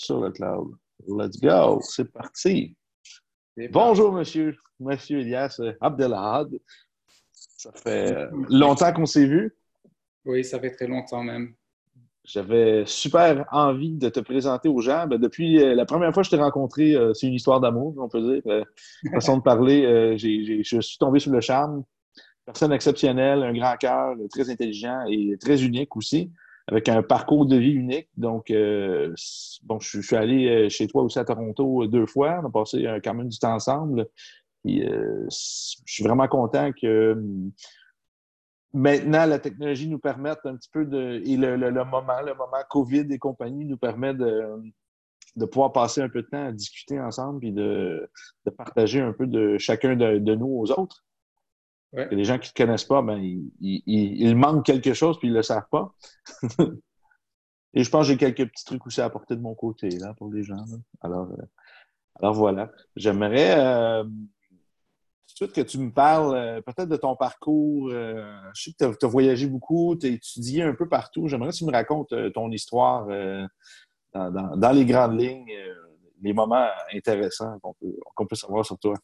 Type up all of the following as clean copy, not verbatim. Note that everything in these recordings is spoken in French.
sur le cloud. Let's go, c'est parti. C'est Bonjour, monsieur Elias Abdelhad. Ça fait longtemps qu'on s'est vu. Oui, ça fait très longtemps même. J'avais super envie de te présenter aux gens. Ben, depuis la première fois que je t'ai rencontré, c'est une histoire d'amour, on peut dire. Façon de parler, je suis tombé sur le charme. Personne exceptionnelle, un grand cœur, très intelligent et très unique aussi, avec un parcours de vie unique. Donc, bon, je suis allé chez toi aussi à Toronto 2 fois. On a passé quand même du temps ensemble. Puis, je suis vraiment content que maintenant la technologie nous permette un petit peu de. Et le moment COVID et compagnie nous permet de pouvoir passer un peu de temps à discuter ensemble puis de partager un peu de chacun de nous aux autres. Ouais. Et les gens qui ne te connaissent pas, ben, ils manquent quelque chose puis ils ne le savent pas. Et je pense que j'ai quelques petits trucs aussi à apporter de mon côté là, pour les gens. Là. Alors voilà. J'aimerais tout de suite que tu me parles peut-être de ton parcours. Je sais que tu as voyagé beaucoup, tu as étudié un peu partout. J'aimerais que tu me racontes ton histoire dans les grandes lignes, les moments intéressants qu'on peut savoir sur toi.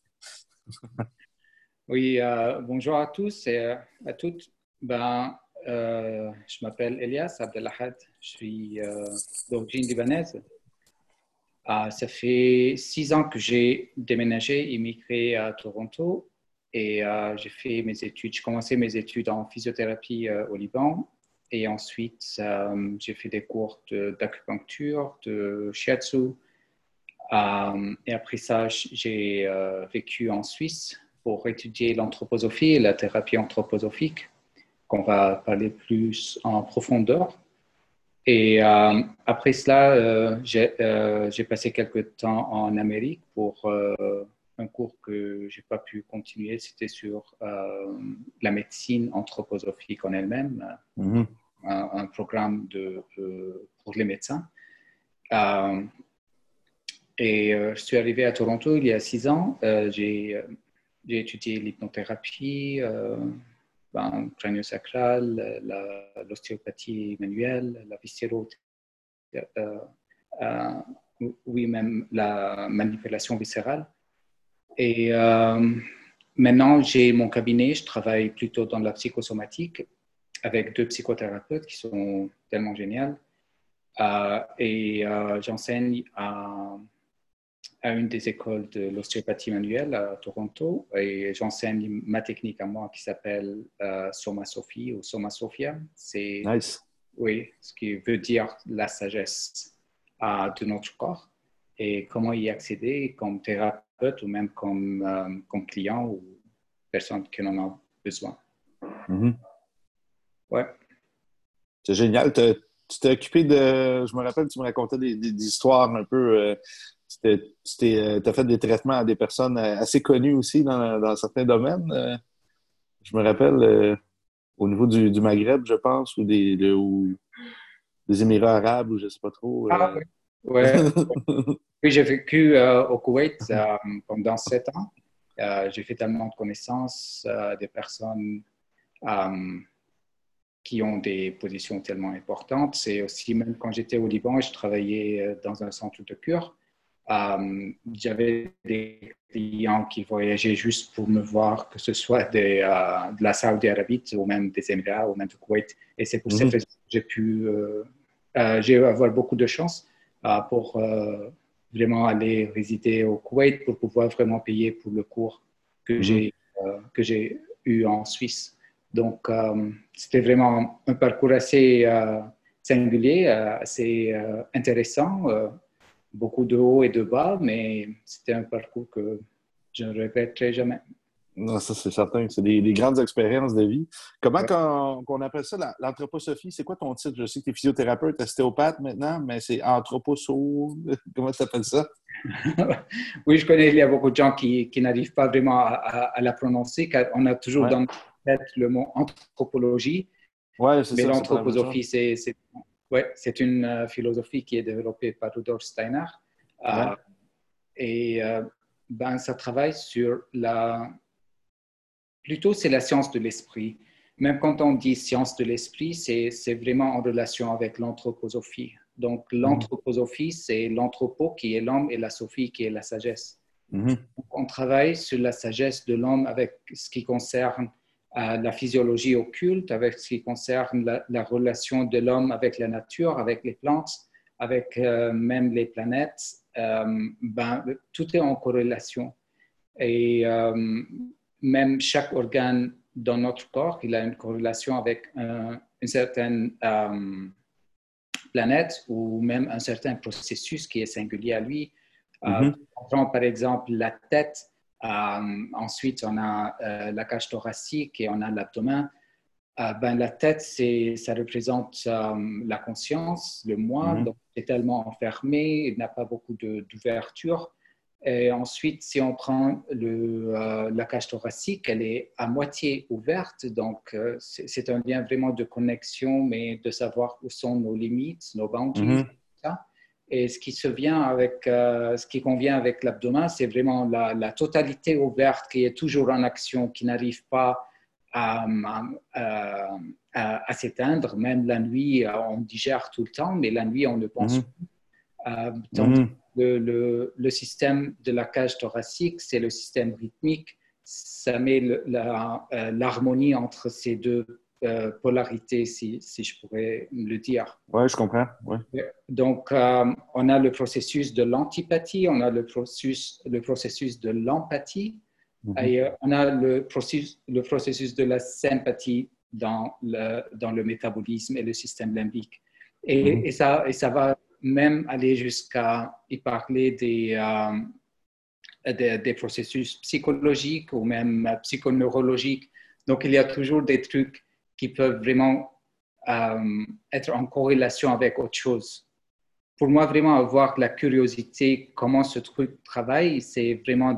Oui, bonjour à tous et à toutes. Je m'appelle Elias Abdelahad, je suis d'origine libanaise. Ça fait 6 ans que j'ai déménagé, immigré à Toronto et j'ai commencé mes études en physiothérapie au Liban et ensuite j'ai fait des cours d'acupuncture, de shiatsu. Et après ça, j'ai vécu en Suisse pour étudier l'anthroposophie et la thérapie anthroposophique, qu'on va parler plus en profondeur. Et après cela, j'ai passé quelques temps en Amérique pour un cours que je n'ai pas pu continuer. C'était sur la médecine anthroposophique en elle-même, Mm-hmm. un programme pour les médecins. Je suis arrivé à Toronto il y a 6 ans. J'ai étudié l'hypnothérapie, crânio-sacrale, l'ostéopathie manuelle, la viscérothérapie, oui, même la manipulation viscérale. Et maintenant, j'ai mon cabinet. Je travaille plutôt dans la psychosomatique avec 2 psychothérapeutes qui sont tellement géniaux. J'enseigne à une des écoles de l'ostéopathie manuelle à Toronto et j'enseigne ma technique à moi qui s'appelle Soma Sophie ou Soma Sophia. C'est Nice. oui, ce qui veut dire la sagesse de notre corps et comment y accéder comme thérapeute ou même comme client ou personne qui en a besoin. Mm-hmm. Ouais. C'est génial. Tu t'es occupé de. Je me rappelle, tu me racontais des histoires un peu. Tu as fait des traitements à des personnes assez connues aussi dans certains domaines. Je me rappelle au niveau du Maghreb, je pense, ou des Émirats arabes, ou je ne sais pas trop. Ah oui. Ouais. Oui, j'ai vécu au Koweït pendant 7 ans. J'ai fait tellement de connaissances des personnes qui ont des positions tellement importantes. C'est aussi, même quand j'étais au Liban, je travaillais dans un centre de cure. J'avais des clients qui voyageaient juste pour me voir, que ce soit de la Saudi Arabie ou même des Émirats ou même du Koweït. Et c'est pour cette Mhm. raison que j'ai eu avoir beaucoup de chance pour vraiment aller résider au Koweït pour pouvoir vraiment payer pour le cours que Mhm. j'ai eu en Suisse. Donc, c'était vraiment un parcours assez singulier, assez intéressant, beaucoup de hauts et de bas, mais c'était un parcours que je ne regretterai jamais. Non, ça, c'est certain. C'est des grandes expériences de vie. Comment qu'on appelle ça, l'anthroposophie? C'est quoi ton titre? Je sais que tu es physiothérapeute, ostéopathe maintenant, mais c'est anthroposo. Comment tu appelles ça? Oui, je connais, il y a beaucoup de gens qui n'arrivent pas vraiment à la prononcer, car on a toujours Ouais. dans notre tête le mot anthropologie, Ouais, c'est mais ça, c'est pas la même chose. l'anthroposophie, c'est une philosophie qui est développée par Rudolf Steiner. Ouais. Euh, Ça travaille sur plutôt c'est la science de l'esprit. Même quand on dit science de l'esprit, c'est vraiment en relation avec l'anthroposophie. Donc, l'anthroposophie, c'est l'anthropo qui est l'homme et la sophie qui est la sagesse. Mhm. Donc, on travaille sur la sagesse de l'homme avec ce qui concerne la physiologie occulte, avec ce qui concerne la relation de l'homme avec la nature, avec les plantes, avec même les planètes. Tout est en corrélation. Et même chaque organe dans notre corps, il a une corrélation avec une certaine planète ou même un certain processus qui est singulier à lui. On prend par exemple la tête, ensuite on a la cage thoracique et on a l'abdomen. La tête, ça représente la conscience, le moi, donc c'est tellement enfermé, il n'a pas beaucoup d'ouverture. Et ensuite, si on prend la cage thoracique, elle est à moitié ouverte, donc c'est un lien vraiment de connexion, mais de savoir où sont nos limites, nos boundaries, ça. Et ce qui convient avec l'abdomen, c'est vraiment la totalité ouverte qui est toujours en action, qui n'arrive pas à s'éteindre. Même la nuit, on digère tout le temps, mais la nuit, on ne pense pas. Tandis le système de la cage thoracique, c'est le système rythmique. Ça met l'harmonie entre ces deux polarités, si je pourrais le dire. Oui, je comprends. Ouais. Donc, on a le processus de l'antipathie, on a le processus de l'empathie, et on a le processus de la sympathie dans le métabolisme et le système limbique. Et ça va même aller jusqu'à y parler des processus psychologiques ou même psychoneurologiques. Donc, il y a toujours des trucs qui peuvent vraiment être en corrélation avec autre chose. Pour moi, vraiment avoir la curiosité, comment ce truc travaille, c'est vraiment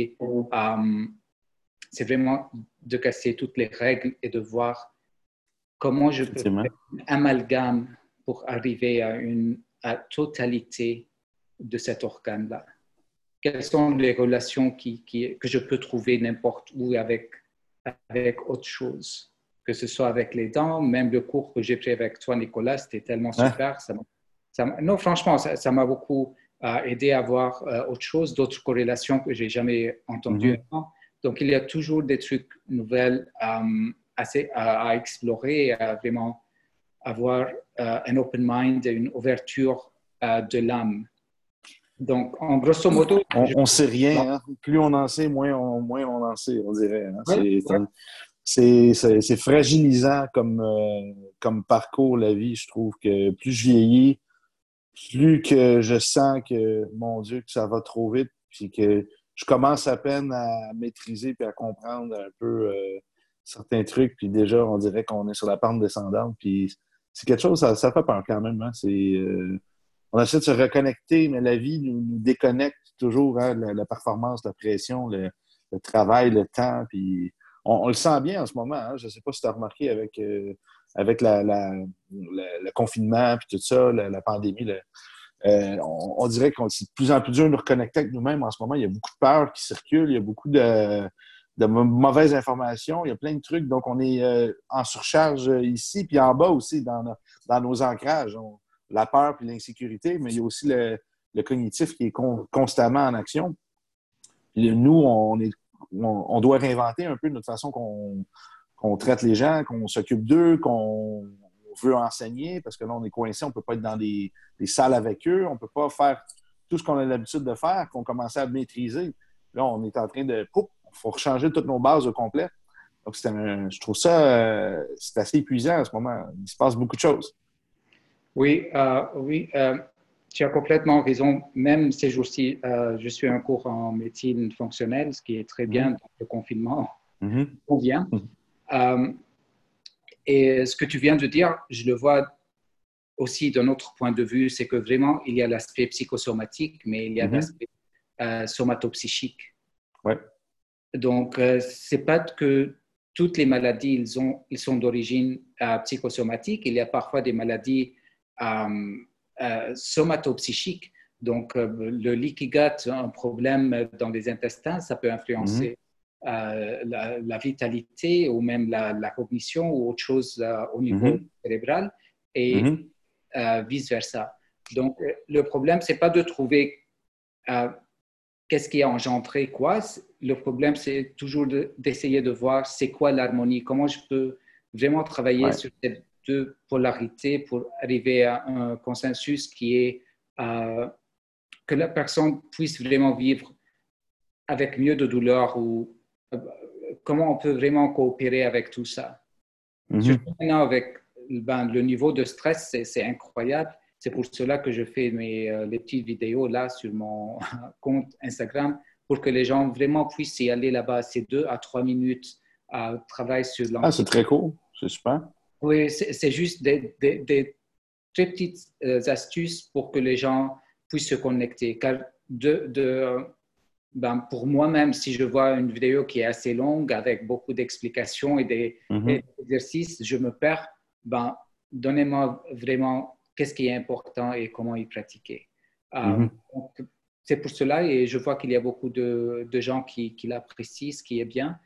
c'est vraiment de casser toutes les règles et de voir comment je peux faire un amalgame pour arriver à une totalité de cet organe-là. Quelles sont les relations que je peux trouver n'importe où avec autre chose, que ce soit avec les dents, même le cours que j'ai pris avec toi, Nicolas, c'était tellement super. Non, franchement, ça m'a beaucoup aidé à voir autre chose, d'autres corrélations que j'ai jamais entendues avant. Donc, il y a toujours des trucs nouvelles à explorer, à vraiment avoir un open mind et une ouverture de l'âme. Donc, en grosso modo... On ne sait rien. Hein? Plus on en sait, moins on en sait, on dirait. Hein? C'est fragilisant comme parcours, la vie. Je trouve que plus je vieillis, plus que je sens que, mon Dieu, que ça va trop vite, puis que je commence à peine à maîtriser puis à comprendre un peu certains trucs, puis déjà, on dirait qu'on est sur la pente descendante, puis c'est quelque chose, ça fait peur quand même. Hein? On essaie de se reconnecter, mais la vie nous déconnecte toujours, hein? La performance, la pression, le travail, le temps, puis on le sent bien en ce moment. Hein? Je ne sais pas si tu as remarqué avec le confinement, puis tout ça, la pandémie, on dirait qu'on c'est de plus en plus dur de nous reconnecter avec nous-mêmes en ce moment. Il y a beaucoup de peur qui circule, il y a beaucoup de mauvaises informations, il y a plein de trucs. Donc, on est en surcharge ici, puis en bas aussi, dans nos ancrages. La peur puis l'insécurité, mais il y a aussi le cognitif qui est constamment en action. Puis nous, on doit réinventer un peu notre façon qu'on traite les gens, qu'on s'occupe d'eux, qu'on veut enseigner, parce que là, on est coincé, on ne peut pas être dans des salles avec eux, on ne peut pas faire tout ce qu'on a l'habitude de faire, qu'on commençait à maîtriser. Là, on est en train de... Il faut rechanger toutes nos bases au complet. Donc, je trouve ça, c'est assez épuisant en ce moment. Il se passe beaucoup de choses. Oui, tu as complètement raison. Même ces jours-ci, je suis en cours en médecine fonctionnelle, ce qui est très bien dans le confinement. Convient. Et ce que tu viens de dire, je le vois aussi d'un autre point de vue, c'est que vraiment, il y a l'aspect psychosomatique, mais il y a l'aspect somatopsychique. Ouais. Donc, c'est pas que toutes les maladies, ils sont d'origine psychosomatique. Il y a parfois des maladies somatopsychiques. Donc, le leaky gut, un problème dans les intestins, ça peut influencer la vitalité ou même la cognition ou autre chose au niveau cérébral et vice-versa. Donc, le problème, c'est pas de trouver qu'est-ce qui a engendré quoi. Le problème, c'est toujours d'essayer de voir c'est quoi l'harmonie, comment je peux vraiment travailler Ouais. sur ces deux polarités pour arriver à un consensus qui est que la personne puisse vraiment vivre avec mieux de douleur ou comment on peut vraiment coopérer avec tout ça. Surtout maintenant avec le niveau de stress, c'est incroyable. C'est pour cela que je fais les petites vidéos là sur mon compte Instagram pour que les gens vraiment puissent y aller là-bas. C'est 2 à 3 minutes à travail sur Ah, c'est l'anxiété. très cool. C'est super. Oui, c'est juste des très petites astuces pour que les gens puissent se connecter. Car pour moi-même, si je vois une vidéo qui est assez longue avec beaucoup d'explications et des exercices, je me perds. Donnez-moi vraiment qu'est-ce qui est important et comment y pratiquer. Donc, c'est pour cela et je vois qu'il y a beaucoup de gens qui l'apprécient, ce qui est bien.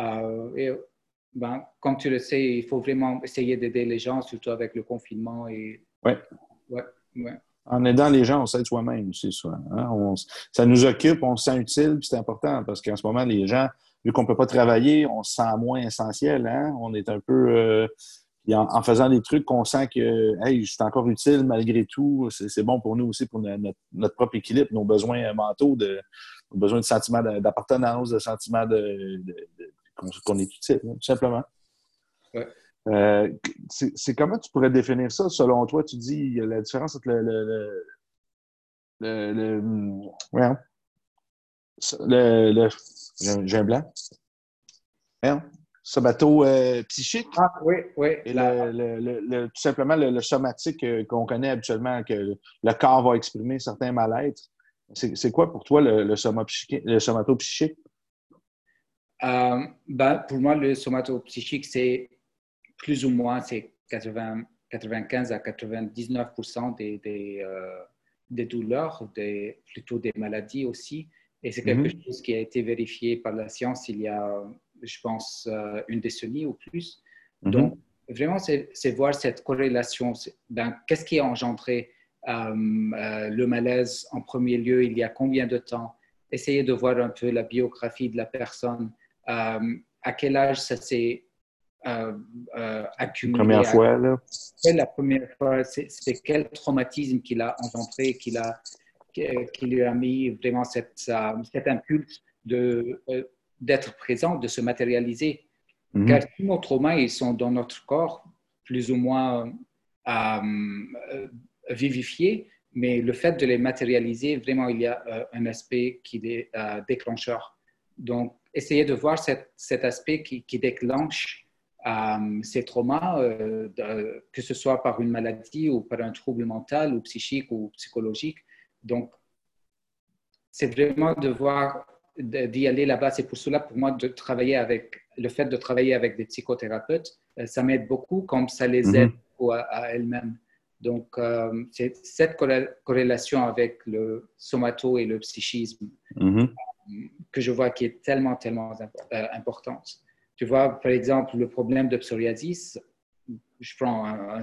Comme tu le sais, il faut vraiment essayer d'aider les gens, surtout avec le confinement. Ouais. Ouais, ouais. En aidant les gens, on s'aide soi-même aussi, souvent. Hein? Ça nous occupe, on se sent utile, puis c'est important parce qu'en ce moment, les gens, vu qu'on ne peut pas travailler, on se sent moins essentiel. Hein? On est un peu. En faisant des trucs qu'on sent que, hey, je suis encore utile malgré tout, c'est bon pour nous aussi, pour notre propre équilibre, nos besoins mentaux, nos besoins de sentiment d'appartenance, de sentiment qu'on est utile, hein, tout simplement. Ouais. C'est comment tu pourrais définir ça, selon toi? Tu dis la différence entre ouais, j'ai un blanc. Hein? Somato psychique Ah, oui, oui. et tout simplement le somatique qu'on connaît habituellement, que le corps va exprimer certains mal-être. C'est quoi pour toi le somato-psychique? Pour moi, le somatopsychique, c'est plus ou moins c'est 95 à 99% des douleurs, plutôt des maladies aussi. Et c'est quelque chose qui a été vérifié par la science il y a, je pense, une décennie ou plus. Donc, vraiment, c'est voir cette corrélation. Qu'est-ce qui a engendré le malaise en premier lieu, il y a combien de temps? Essayer de voir un peu la biographie de la personne. À quel âge ça s'est accumulé. Première fois, là. La première fois, c'est quel traumatisme qu'il a engendré, qui lui a mis vraiment cet impulse d'être présent, de se matérialiser. Car tous nos traumas, ils sont dans notre corps, plus ou moins vivifiés, mais le fait de les matérialiser, vraiment, il y a un aspect qui est déclencheur. Donc, essayez de voir cet aspect qui déclenche ces traumas, que ce soit par une maladie ou par un trouble mental ou psychique ou psychologique. Donc, c'est vraiment d'y aller là-bas. C'est pour cela, pour moi, le fait de travailler avec des psychothérapeutes, ça m'aide beaucoup, comme ça les aide à elles-mêmes. Donc, c'est cette corrélation avec le somato et le psychisme que je vois qui est tellement, tellement importante. Tu vois, par exemple, le problème de psoriasis, je prends un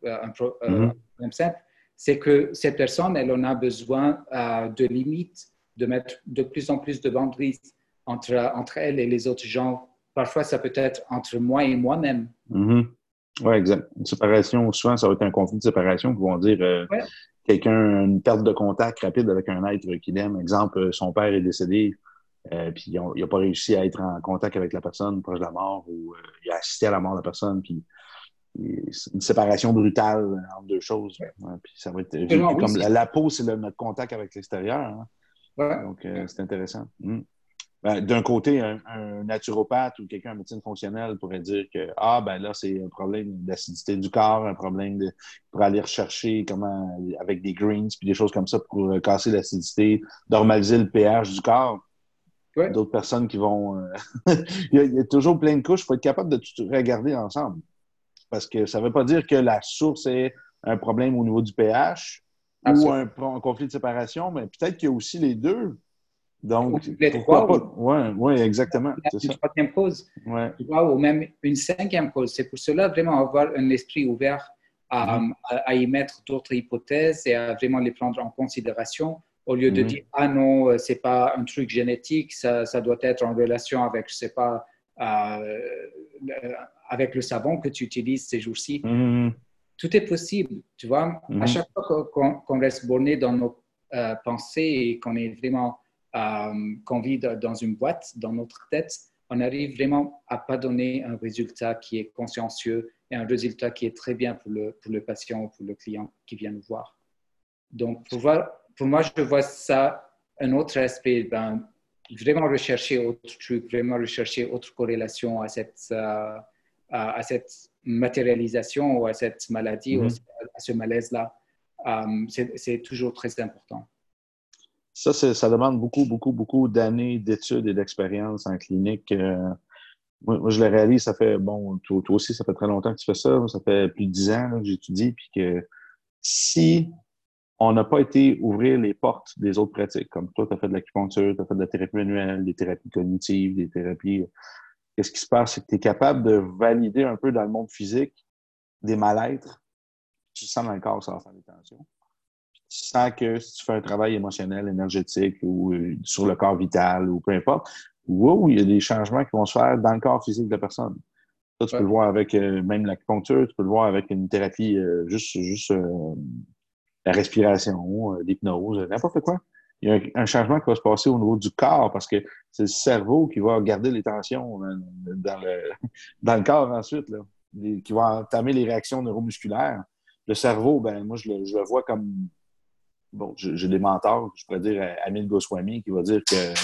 problème simple, c'est que cette personne, elle en a besoin de limites, de mettre de plus en plus de banderies entre elle et les autres gens. Parfois, ça peut être entre moi et moi-même. Oui, exact. Une séparation, souvent, ça va être un conflit de séparation qui vont dire Ouais. quelqu'un, une perte de contact rapide avec un être qu'il aime. Exemple, son père est décédé, puis il n'a pas réussi à être en contact avec la personne proche de la mort ou il a assisté à la mort de la personne, puis c'est une séparation brutale entre deux choses. Ouais, puis ça va être vécu comme la peau, c'est notre contact avec l'extérieur. Hein? Ouais. Donc, c'est intéressant. D'un côté, un naturopathe ou quelqu'un en médecine fonctionnelle pourrait dire que là, c'est un problème d'acidité du corps, un problème pour aller rechercher avec des greens puis des choses comme ça pour casser l'acidité, normaliser le pH du corps. Ouais. D'autres personnes qui vont... il y a toujours plein de couches. Il faut être capable de tout regarder ensemble. Parce que ça ne veut pas dire que la source est un problème au niveau du pH ou un conflit de séparation, mais peut-être qu'il y a aussi les deux. Donc, pourquoi pas? Oui, exactement. Une troisième cause, ouais. ou même une cinquième cause. C'est pour cela, vraiment, avoir un esprit ouvert à y mettre d'autres hypothèses et à vraiment les prendre en considération au lieu de Mhm. dire ah non, c'est pas un truc génétique, ça doit être en relation avec, je sais pas, avec le savon que tu utilises ces jours-ci. Mhm. Tout est possible, tu vois. À Mhm. chaque fois qu'on reste borné dans nos pensées et qu'on est vraiment qu'on vit dans une boîte, dans notre tête, on arrive vraiment à pas donner un résultat qui est consciencieux et un résultat qui est très bien pour le patient ou pour le client qui vient nous voir. Donc, pour moi, je vois ça, un autre aspect, ben, vraiment rechercher autre truc, vraiment rechercher autre corrélation à cette matérialisation ou à cette maladie ou Mhm. à ce malaise-là. C'est toujours très important. Ça demande beaucoup, beaucoup, beaucoup d'années d'études et d'expérience en clinique. Moi, je le réalise, ça fait, bon, toi aussi, ça fait très longtemps que tu fais ça. Ça fait plus de 10 ans là, que j'étudie. Puis que si on n'a pas été ouvrir les portes des autres pratiques, comme toi, tu as fait de l'acupuncture, tu as fait de la thérapie manuelle, des thérapies cognitives, des thérapies. Qu'est-ce qui se passe? C'est que tu es capable de valider un peu dans le monde physique des mal-être. Tu sens dans le corps, ça va faire des tensions. Tu sens que si tu fais un travail émotionnel, énergétique ou sur le corps vital ou peu importe, wow, il y a des changements qui vont se faire dans le corps physique de la personne. Ça, tu peux Ouais, le voir avec même l'acupuncture, tu peux le voir avec une thérapie juste la respiration, l'hypnose, n'importe quoi. Il y a un changement qui va se passer au niveau du corps parce que c'est le cerveau qui va garder les tensions dans dans le corps ensuite, là, qui va entamer les réactions neuromusculaires. Le cerveau, ben moi, je le vois comme bon, j'ai des mentors, je pourrais dire Amine Goswami, qui va dire que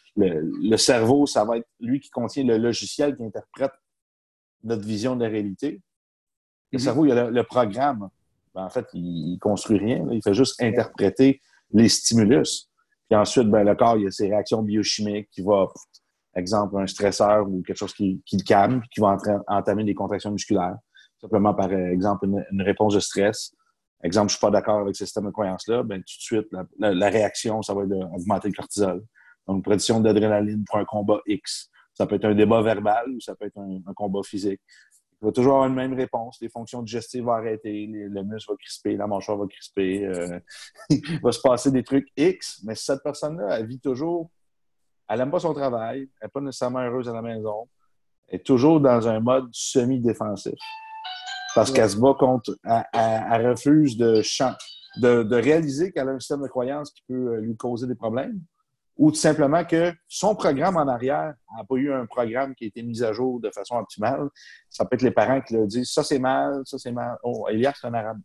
le cerveau, ça va être lui qui contient le logiciel qui interprète notre vision de la réalité. Le mm-hmm. cerveau, il y a le programme. Ben, en fait, il construit rien. Là. Il fait juste interpréter les stimulus. Puis ensuite, ben, le corps, il y a ses réactions biochimiques qui va, exemple, un stresseur ou quelque chose qui le calme, puis qui va entamer des contractions musculaires. Simplement par exemple, une réponse de stress. Exemple, je suis pas d'accord avec ce système de croyance-là, ben, tout de suite, la réaction, ça va être d'augmenter le cortisol. Donc, production d'adrénaline pour un combat X. Ça peut être un débat verbal ou ça peut être un combat physique. Il va toujours avoir une même réponse. Les fonctions digestives vont arrêter, le muscle va crisper, la mâchoire va crisper. Il va se passer des trucs X, mais cette personne-là, elle vit toujours, elle n'aime pas son travail, elle n'est pas nécessairement heureuse à la maison, elle est toujours dans un mode semi-défensif. Parce Ouais. qu'elle se bat contre, elle refuse de réaliser qu'elle a un système de croyance qui peut lui causer des problèmes, ou tout simplement que son programme en arrière n'a pas eu un programme qui a été mis à jour de façon optimale. Ça peut être les parents qui leur disent ça c'est mal, ça c'est mal. Oh, Elias, c'est un arabe.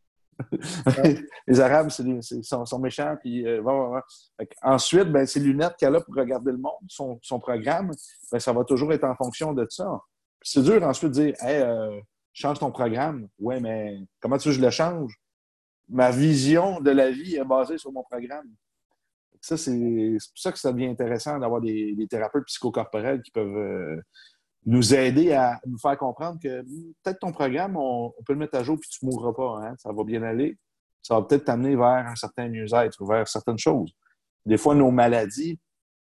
Les Arabes, sont méchants. Puis, ensuite, ben, ses lunettes qu'elle a pour regarder le monde, son programme, ben, ça va toujours être en fonction de ça. Puis c'est dur ensuite de dire hey, change ton programme. Ouais, mais comment tu veux que je le change? Ma vision de la vie est basée sur mon programme. Ça, c'est pour ça que ça devient intéressant d'avoir des thérapeutes psychocorporels qui peuvent nous aider à nous faire comprendre que peut-être ton programme, on peut le mettre à jour puis tu ne mourras pas. Hein? Ça va bien aller. Ça va peut-être t'amener vers un certain mieux-être, vers certaines choses. Des fois, nos maladies,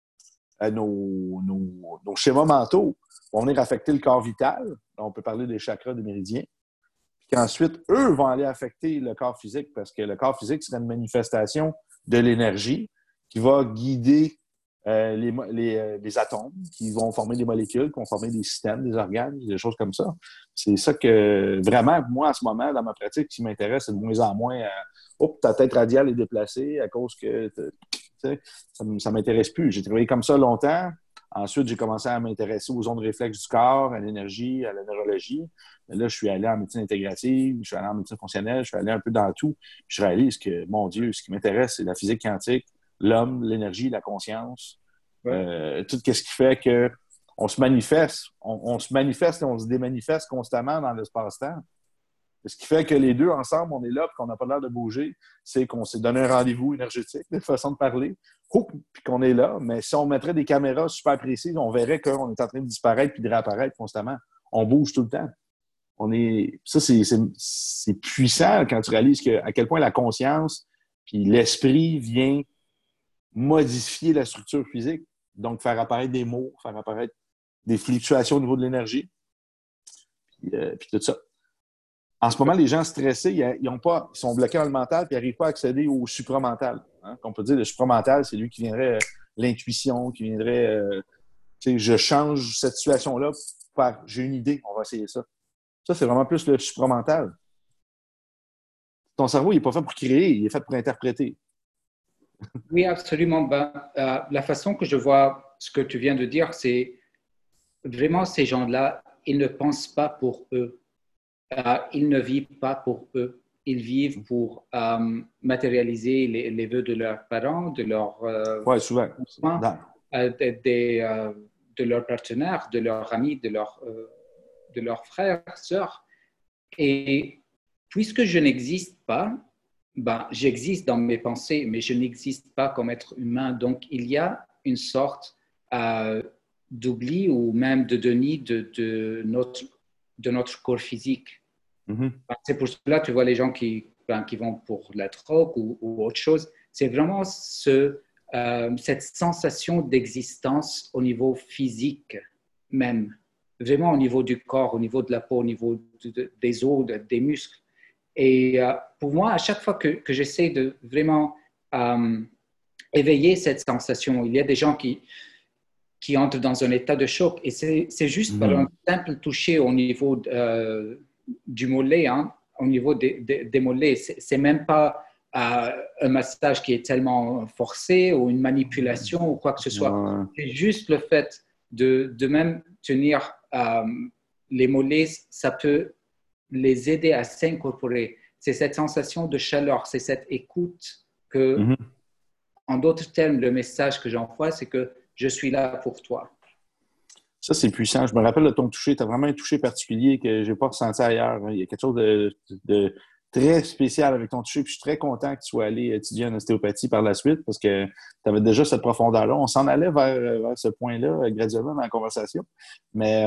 nos schémas mentaux vont venir affecter le corps vital. On peut parler des chakras, des méridiens. Puis ensuite, eux vont aller affecter le corps physique parce que le corps physique serait une manifestation de l'énergie qui va guider les atomes, qui vont former des molécules, qui vont former des systèmes, des organes, des choses comme ça. C'est ça que vraiment, moi, en ce moment, dans ma pratique, ce qui m'intéresse, c'est de moins en moins ta tête radiale est déplacée à cause que ça ne m'intéresse plus. J'ai travaillé comme ça longtemps. Ensuite, j'ai commencé à m'intéresser aux ondes réflexes du corps, à l'énergie, à la neurologie. Mais là, je suis allé en médecine intégrative, je suis allé en médecine fonctionnelle, je suis allé un peu dans tout. Puis je réalise que, mon Dieu, ce qui m'intéresse, c'est la physique quantique, l'homme, l'énergie, la conscience, Ouais. tout ce qui fait que on se manifeste, on se manifeste et on se démanifeste constamment dans l'espace-temps. Ce qui fait que les deux ensemble, on est là et qu'on n'a pas l'air de bouger, c'est qu'on s'est donné un rendez-vous énergétique, de façon de parler, puis qu'on est là. Mais si on mettrait des caméras super précises, on verrait qu'on est en train de disparaître puis de réapparaître constamment. On bouge tout le temps. Ça, c'est puissant quand tu réalises à quel point la conscience puis l'esprit vient modifier la structure physique. Donc, faire apparaître des mots, faire apparaître des fluctuations au niveau de l'énergie, puis tout ça. En ce moment, les gens stressés, ils sont bloqués dans le mental et ils n'arrivent pas à accéder au supramental. Hein? On peut dire le supramental, c'est lui qui viendrait l'intuition, qui viendrait je change cette situation-là par j'ai une idée, on va essayer ça. Ça, c'est vraiment plus le supramental. Ton cerveau, il n'est pas fait pour créer, il est fait pour interpréter. Oui, absolument. La façon que je vois ce que tu viens de dire, c'est vraiment ces gens-là, ils ne pensent pas pour eux. Ils ne vivent pas pour eux. Ils vivent pour matérialiser les vœux de leurs parents, de leurs Oui, souvent. enfants, de leurs partenaires, de leurs amis, de leurs frères, sœurs. Et puisque je n'existe pas, j'existe dans mes pensées, mais je n'existe pas comme être humain. Donc, il y a une sorte d'oubli ou même de déni de notre corps physique. Mm-hmm. C'est pour cela, tu vois, les gens qui vont pour la drogue ou autre chose, c'est vraiment cette sensation d'existence au niveau physique même, vraiment au niveau du corps, au niveau de la peau, au niveau des os, des muscles. Et pour moi, à chaque fois que j'essaie de vraiment éveiller cette sensation, il y a des gens qui entrent dans un état de choc et c'est juste par un simple toucher au niveau du mollet, hein, au niveau des mollets. C'est même pas un massage qui est tellement forcé ou une manipulation ou quoi que ce soit. Ouais. C'est juste le fait de même tenir les mollets, ça peut les aider à s'incorporer. C'est cette sensation de chaleur, c'est cette écoute que, en d'autres termes, le message que j'envoie, c'est que je suis là pour toi. Ça, c'est puissant. Je me rappelle de ton toucher. Tu as vraiment un toucher particulier que je n'ai pas ressenti ailleurs. Il y a quelque chose de très spécial avec ton toucher. Puis je suis très content que tu sois allé étudier en ostéopathie par la suite parce que tu avais déjà cette profondeur-là. On s'en allait vers ce point-là graduellement dans la conversation. Mais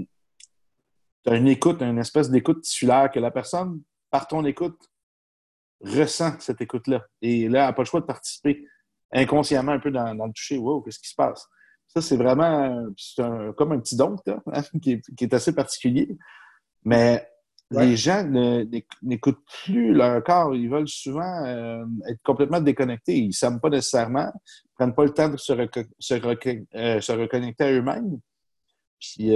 tu as une écoute, une espèce d'écoute tissulaire que la personne, par ton écoute, ressent cette écoute-là. Et là, elle n'a pas le choix de participer inconsciemment un peu dans le toucher. Wow, qu'est-ce qui se passe? Ça, c'est vraiment comme un petit don hein, qui est assez particulier. Mais les gens n'écoutent plus leur corps. Ils veulent souvent être complètement déconnectés. Ils ne s'aiment pas nécessairement, ne prennent pas le temps de se reconnecter à eux-mêmes. Puis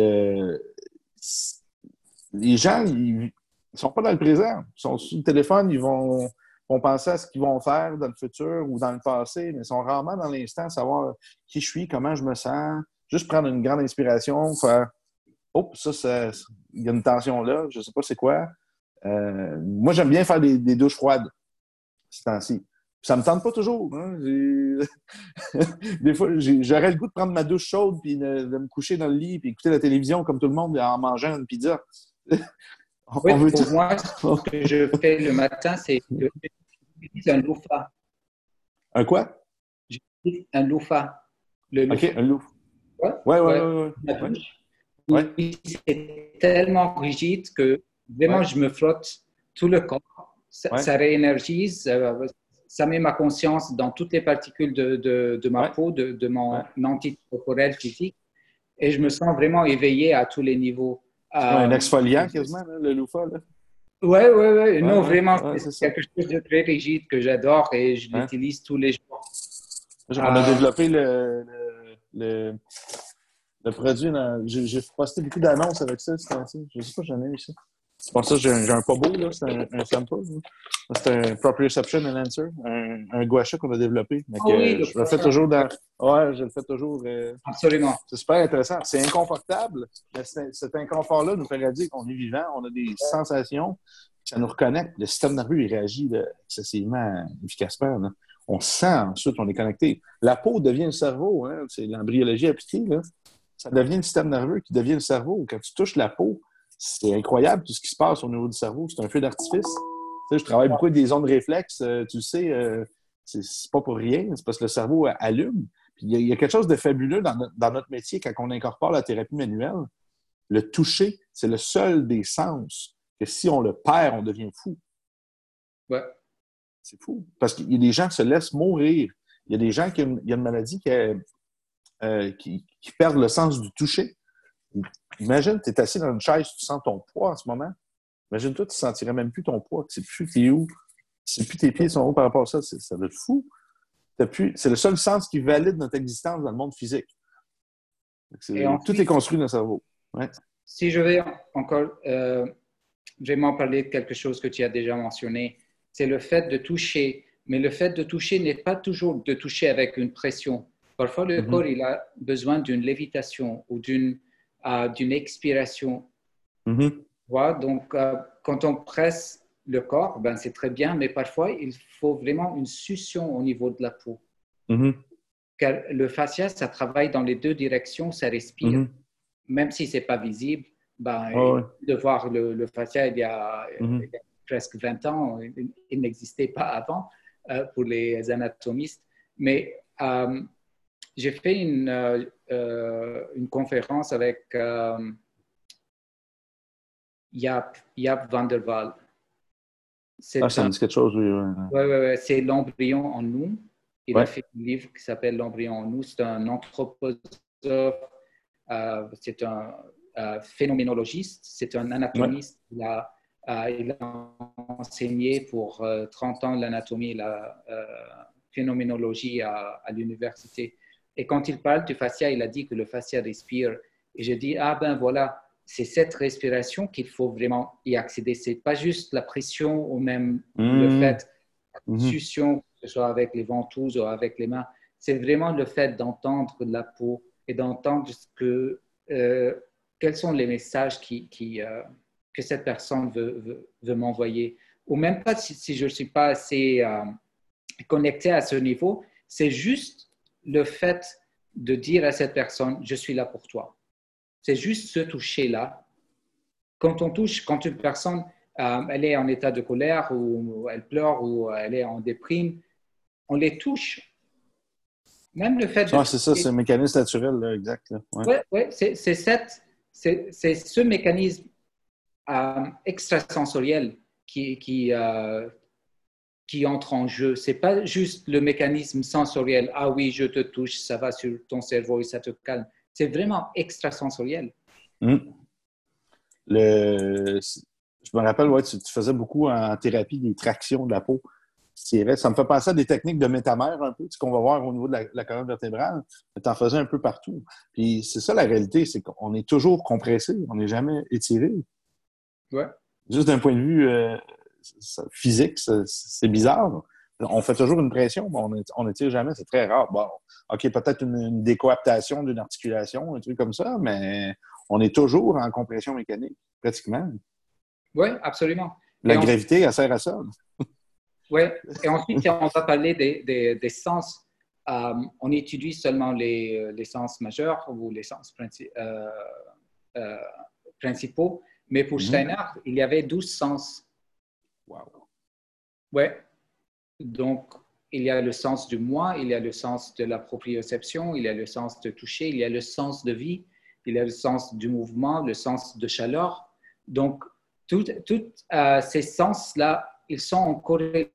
les gens, ils sont pas dans le présent. Ils sont sur le téléphone, ils vont penser à ce qu'ils vont faire dans le futur ou dans le passé, mais ils sont rarement dans l'instant, savoir qui je suis, comment je me sens. Juste prendre une grande inspiration, faire « Oh, il y a une tension là, je sais pas c'est quoi. » Moi, j'aime bien faire des douches froides ces temps-ci. Ça me tente pas toujours. Hein. Des fois, j'aurais le goût de prendre ma douche chaude puis de me coucher dans le lit puis écouter la télévision comme tout le monde en mangeant une pizza. Oui, pour moi, ce que je fais le matin, c'est que j'utilise un loofah. Un quoi? J'utilise un loofah. Le OK, loofah. un loofah. Ouais. C'est tellement rigide que vraiment, je me frotte tout le corps. Ça réénergise, ça met ma conscience dans toutes les particules de ma peau, de mon entité corporelle physique. Et je me sens vraiment éveillé à tous les niveaux. Un exfoliant quasiment, là, le loofah. Oui. Non, vraiment, c'est quelque chose de très rigide que j'adore et je l'utilise tous les jours. On a développé le produit. J'ai posté beaucoup d'annonces avec ça. Je ne sais pas, j'en ai eu ça. Pour ça, j'ai un pas beau, là. C'est un sample. C'est un Proprioception Enhancer, un gua sha qu'on a développé. Je le fais toujours je le fais toujours. Absolument. C'est super intéressant. C'est inconfortable, mais cet inconfort-là nous fait dire qu'on est vivant, on a des sensations, ça nous reconnecte. Le système nerveux, il réagit là, excessivement efficacement. Là. On sent ensuite, on est connecté. La peau devient le cerveau, hein, c'est l'embryologie appliquée. Là. Ça devient le système nerveux qui devient le cerveau. Quand tu touches la peau, c'est incroyable tout ce qui se passe au niveau du cerveau. C'est un feu d'artifice. Tu sais, je travaille beaucoup avec des ondes réflexes. Tu le sais, c'est pas pour rien. C'est parce que le cerveau allume. Puis il y a quelque chose de fabuleux dans notre métier quand on incorpore la thérapie manuelle. Le toucher, c'est le seul des sens que si on le perd, on devient fou. Ouais. C'est fou. Parce qu'il y a des gens qui se laissent mourir. Il y a des gens qui ont une maladie qui perdent le sens du toucher. Imagine, tu es assis dans une chaise, tu sens ton poids en ce moment. Imagine-toi, tu ne sentirais même plus ton poids. Tu ne sais plus t'es où. Tu ne sais plus tes pieds sont hauts par rapport à ça. Ça doit être fou. C'est le seul sens qui valide notre existence dans le monde physique. Et Tout est ensuite, construit dans le cerveau. Ouais. si je vais encore vraiment parler de quelque chose que tu as déjà mentionné, c'est le fait de toucher. Mais le fait de toucher n'est pas toujours de toucher avec une pression. Parfois, le corps, il a besoin d'une lévitation ou d'une expiration. Voilà, donc, quand on presse le corps, ben, c'est très bien, mais parfois, il faut vraiment une succion au niveau de la peau. Car le fascia, ça travaille dans les deux directions, ça respire. Même si ce n'est pas visible, ben, de voir le fascia il y a presque 20 ans, il n'existait pas avant pour les anatomistes. Mais j'ai fait une conférence avec Jaap van der Wal. Ça me dit quelque chose, oui. Ouais, c'est l'embryon en nous. Il a fait un livre qui s'appelle L'embryon en nous. C'est un anthroposophe, c'est un phénoménologiste, c'est un anatomiste. Il a enseigné pour 30 ans l'anatomie et la phénoménologie à l'université. Et quand il parle du fascia, il a dit que le fascia respire. Et je dis, ah ben voilà, c'est cette respiration qu'il faut vraiment y accéder. Ce n'est pas juste la pression ou même le fait de succion, que ce soit avec les ventouses ou avec les mains. C'est vraiment le fait d'entendre la peau et d'entendre quels sont les messages que cette personne veut m'envoyer. Ou même pas si je ne suis pas assez connecté à ce niveau, c'est juste le fait de dire à cette personne, je suis là pour toi. C'est juste ce toucher-là. Quand on touche, quand une personne, elle est en état de colère ou elle pleure ou elle est en déprime, on les touche. Même le fait de... c'est ça, c'est un mécanisme naturel, là, exact. Ouais, c'est ce mécanisme extrasensoriel qui entre en jeu. Ce n'est pas juste le mécanisme sensoriel. Ah oui, je te touche, ça va sur ton cerveau et ça te calme. C'est vraiment extrasensoriel. Je me rappelle, tu faisais beaucoup en thérapie des tractions de la peau. Ça me fait penser à des techniques de métamère un peu, ce qu'on va voir au niveau de la colonne vertébrale. Tu en faisais un peu partout. Puis c'est ça la réalité, c'est qu'on est toujours compressé, on n'est jamais étiré. Ouais. Juste d'un point de vue physique, c'est bizarre. On fait toujours une pression, mais on n'étire jamais, c'est très rare. Bon, OK, peut-être une décoaptation d'une articulation, un truc comme ça, mais on est toujours en compression mécanique, pratiquement. Oui, absolument. La gravité, elle sert à ça. Oui, et ensuite, on va parler des sens. On étudie seulement les sens majeurs ou les sens principaux, mais pour Steiner, il y avait 12 sens. Wow. Oui, donc il y a le sens du moi, il y a le sens de la proprioception, il y a le sens de toucher, il y a le sens de vie, il y a le sens du mouvement, le sens de chaleur. Donc, tous ces sens-là, ils sont en corrélation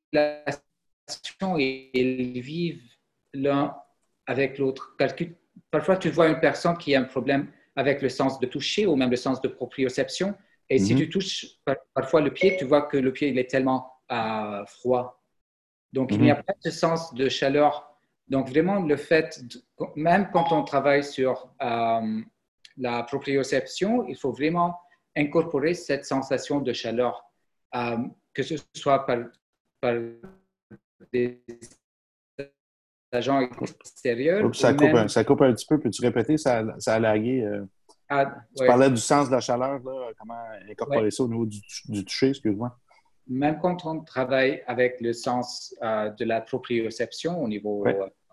et ils vivent l'un avec l'autre. Parfois, tu vois une personne qui a un problème avec le sens de toucher ou même le sens de proprioception. Et si tu touches parfois le pied, tu vois que le pied il est tellement froid. Donc, il n'y a pas de sens de chaleur. Donc, vraiment, le fait, même quand on travaille sur la proprioception, il faut vraiment incorporer cette sensation de chaleur, que ce soit par des agents extérieurs. Ça coupe un petit peu. Peux-tu répéter? Ça a lagué. Tu parlais du sens de la chaleur, là, comment incorporer ça au niveau du toucher, excuse-moi. Même quand on travaille avec le sens de la proprioception au niveau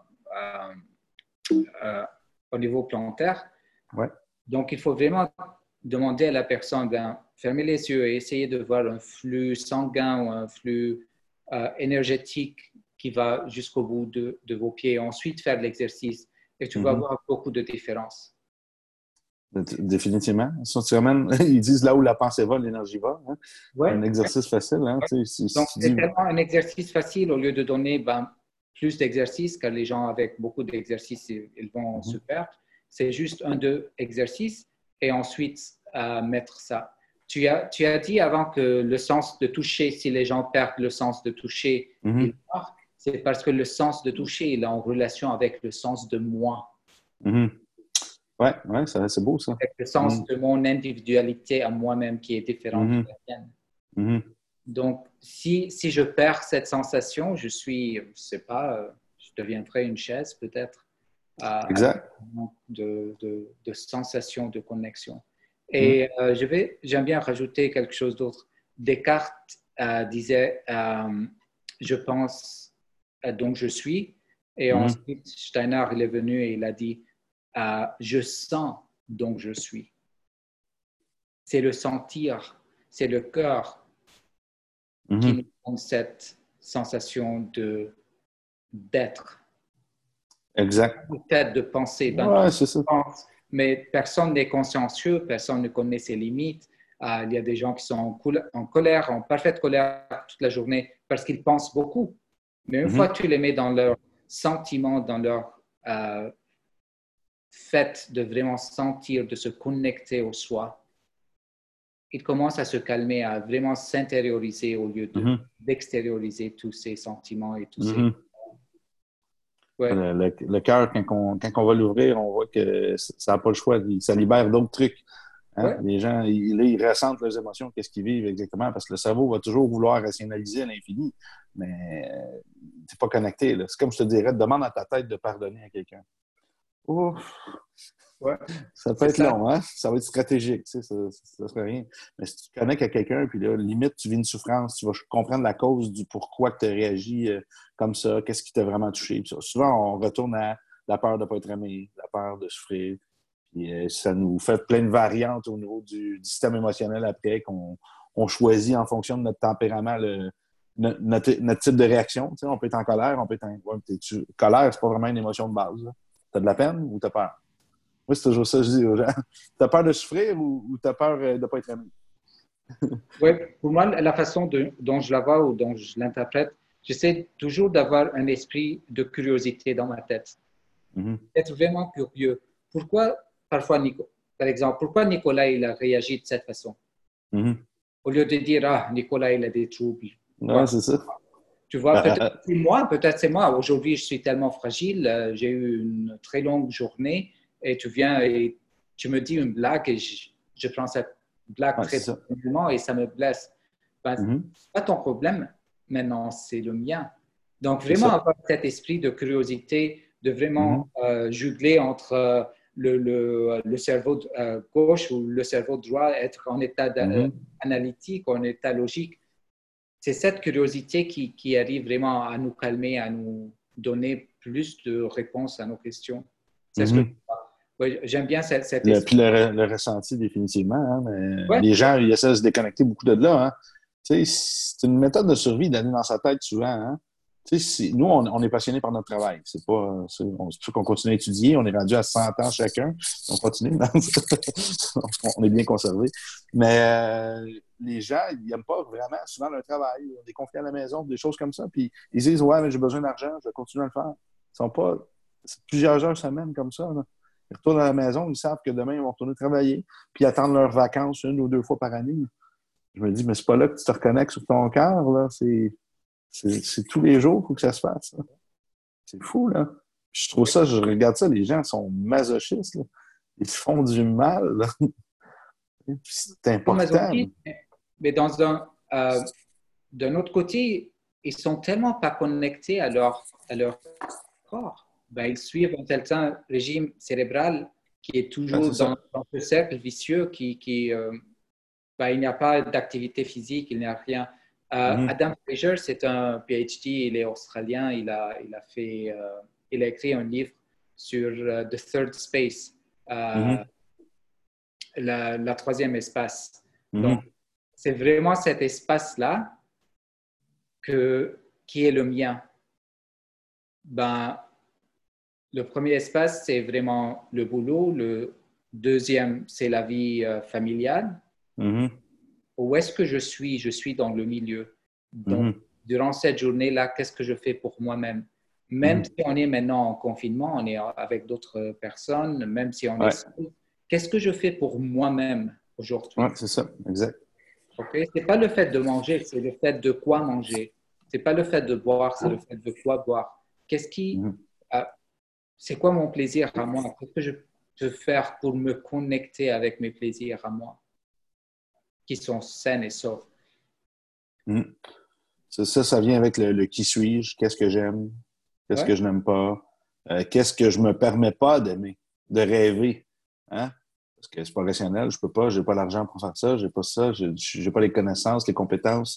plantaire, donc il faut vraiment demander à la personne de fermer les yeux et essayer de voir un flux sanguin ou un flux énergétique qui va jusqu'au bout de vos pieds et ensuite faire l'exercice. Et tu vas voir beaucoup de différences. Définitivement. Ils disent là où la pensée va, l'énergie va. Hein? Un exercice facile. Hein? Donc, c'est tellement un exercice facile au lieu de donner plus d'exercices, car les gens avec beaucoup d'exercices, ils vont se perdre. C'est juste 1, 2 exercices et ensuite mettre ça. Tu as dit avant que le sens de toucher, si les gens perdent le sens de toucher, ils meurent. C'est parce que le sens de toucher il est en relation avec le sens de moi. Ouais, c'est beau ça. Avec le sens de mon individualité à moi-même qui est différente de la tienne. Donc, si je perds cette sensation, je sais pas, je deviendrai une chaise peut-être. Exact. De sensation de connexion. Et j'aime bien rajouter quelque chose d'autre. Descartes disait je pense, donc je suis. Et ensuite, Steiner, il est venu et il a dit je sens, donc je suis. C'est le sentir, c'est le cœur qui nous donne cette sensation d'être. Exact. Peut-être de penser, c'est ça. Mais personne n'est consciencieux, personne ne connaît ses limites. Il y a des gens qui sont en colère, en parfaite colère toute la journée parce qu'ils pensent beaucoup. Mais une fois que tu les mets dans leur sentiment, dans leur fait de vraiment sentir, de se connecter au soi, ils commencent à se calmer, à vraiment s'intérioriser au lieu d'extérioriser tous ces sentiments et tous ces... Ouais. Le cœur, quand on va l'ouvrir, on voit que ça n'a pas le choix. Ça libère d'autres trucs. Hein? Ouais. Les gens, ils ressentent leurs émotions, qu'est-ce qu'ils vivent exactement, parce que le cerveau va toujours vouloir rationaliser à l'infini, mais tu n'es pas connecté. Là. C'est comme je te dirais, demande à ta tête de pardonner à quelqu'un. Ouf! Ouais. Ça peut être long, hein? Ça va être stratégique, tu sais, ça serait rien. Mais si tu te connectes à quelqu'un, puis là, limite, tu vis une souffrance, tu vas comprendre la cause du pourquoi tu as réagi comme ça, qu'est-ce qui t'a vraiment touché. Puis souvent, on retourne à la peur de ne pas être aimé, la peur de souffrir. Puis ça nous fait plein de variantes au niveau du système émotionnel après qu'on choisit en fonction de notre tempérament, notre type de réaction. Tu sais, on peut être en colère, on peut être en... Colère, c'est pas vraiment une émotion de base. Tu as de la peine ou tu as peur? Moi, c'est toujours ça que je dis aux gens. T'as peur de souffrir ou t'as peur de ne pas être aimé? Oui, pour moi, la façon dont je la vois ou dont je l'interprète, j'essaie toujours d'avoir un esprit de curiosité dans ma tête. Être vraiment curieux. Pourquoi, parfois, par exemple, pourquoi Nicolas il a réagi de cette façon? Au lieu de dire, Nicolas, il a des troubles. Ouais, c'est ça. Tu vois, peut-être c'est moi. Aujourd'hui, je suis tellement fragile. J'ai eu une très longue journée et tu viens et tu me dis une blague et je prends cette blague très personnellement et ça me blesse. C'est pas ton problème maintenant, c'est le mien. Donc, vraiment avoir cet esprit de curiosité, de vraiment jugler entre le cerveau gauche ou le cerveau droit, être en état analytique ou en état logique. C'est cette curiosité qui arrive vraiment à nous calmer, à nous donner plus de réponses à nos questions. C'est ce que j'aime bien cette esprit. Puis le ressenti, définitivement. Hein, mais les gens, ils essaient de se déconnecter beaucoup de là. Hein. C'est une méthode de survie d'aller dans sa tête souvent. Hein. Nous, on est passionnés par notre travail. C'est pour ça qu'on continue à étudier. On est rendu à 100 ans chacun. On continue. On est bien conservés. Mais les gens, ils n'aiment pas vraiment souvent leur travail. Ils ont des conflits à la maison, des choses comme ça. Puis ils disent, ouais, mais j'ai besoin d'argent, je vais continuer à le faire. C'est plusieurs heures semaine comme ça. Là. Ils retournent à la maison, ils savent que demain, ils vont retourner travailler. Puis attendre leurs vacances 1 ou 2 fois par année. Je me dis, mais c'est pas là que tu te reconnectes sur ton cœur. Là. C'est tous les jours qu'il faut que ça se fasse. Là. C'est fou, là. Je trouve ça, je regarde ça, les gens sont masochistes. Là. Ils se font du mal. Là. C'est important. Mais d'un autre côté, ils sont tellement pas connectés à leur corps. Ils suivent un certain régime cérébral qui est toujours dans ce cercle vicieux il n'y a pas d'activité physique, il n'y a rien. Adam Fraser, c'est un PhD, il est australien, il a écrit un livre sur The Third Space, la troisième espace. Donc, c'est vraiment cet espace-là qui est le mien. Le premier espace, c'est vraiment le boulot. Le deuxième, c'est la vie familiale. Où est-ce que je suis? Je suis dans le milieu. Donc, durant cette journée-là, qu'est-ce que je fais pour moi-même? Même si on est maintenant en confinement, on est avec d'autres personnes, même si on est seul, qu'est-ce que je fais pour moi-même aujourd'hui. Oui, c'est ça, exact. Okay? Ce n'est pas le fait de manger, c'est le fait de quoi manger. Ce n'est pas le fait de boire, c'est le fait de quoi boire. Mhm. Euh, c'est quoi mon plaisir à moi? Qu'est-ce que je peux faire pour me connecter avec mes plaisirs à moi, qui sont sains et saufs? Mhm. Ça vient avec le qui suis-je, qu'est-ce que j'aime, qu'est-ce Ouais, que je n'aime pas, qu'est-ce que je me permets pas d'aimer, de rêver. Hein? Parce que c'est pas rationnel, je peux pas, j'ai pas l'argent pour faire ça, j'ai pas ça, j'ai pas les connaissances, les compétences.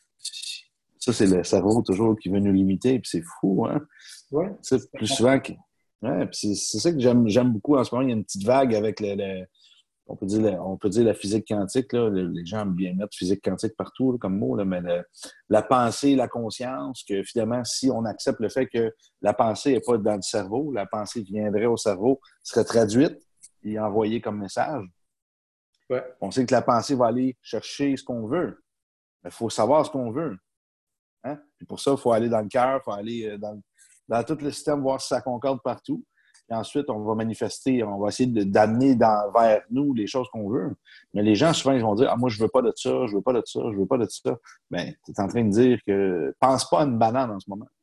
Ça, c'est le cerveau toujours qui veut nous limiter, puis c'est fou, hein? ouais. Tu sais, plus souvent que. Ouais, puis c'est ça que j'aime beaucoup en ce moment. Il y a une petite vague avec on peut dire la physique quantique. Là. Les gens aiment bien mettre physique quantique partout là, comme mot, là, mais la pensée, la conscience, que finalement, si on accepte le fait que la pensée n'est pas dans le cerveau, la pensée viendrait au cerveau, serait traduite et envoyée comme message. Ouais. On sait que la pensée va aller chercher ce qu'on veut. Mais il faut savoir ce qu'on veut. Hein? Puis pour ça, il faut aller dans le cœur, il faut aller dans tout le système, voir si ça concorde partout. Et ensuite, on va manifester, on va essayer d'amener vers nous les choses qu'on veut. Mais les gens, souvent, ils vont dire « Ah, moi, je veux pas de ça, je veux pas de ça, je veux pas de ça. » Bien, tu es en train de dire que pense pas à une banane en ce moment.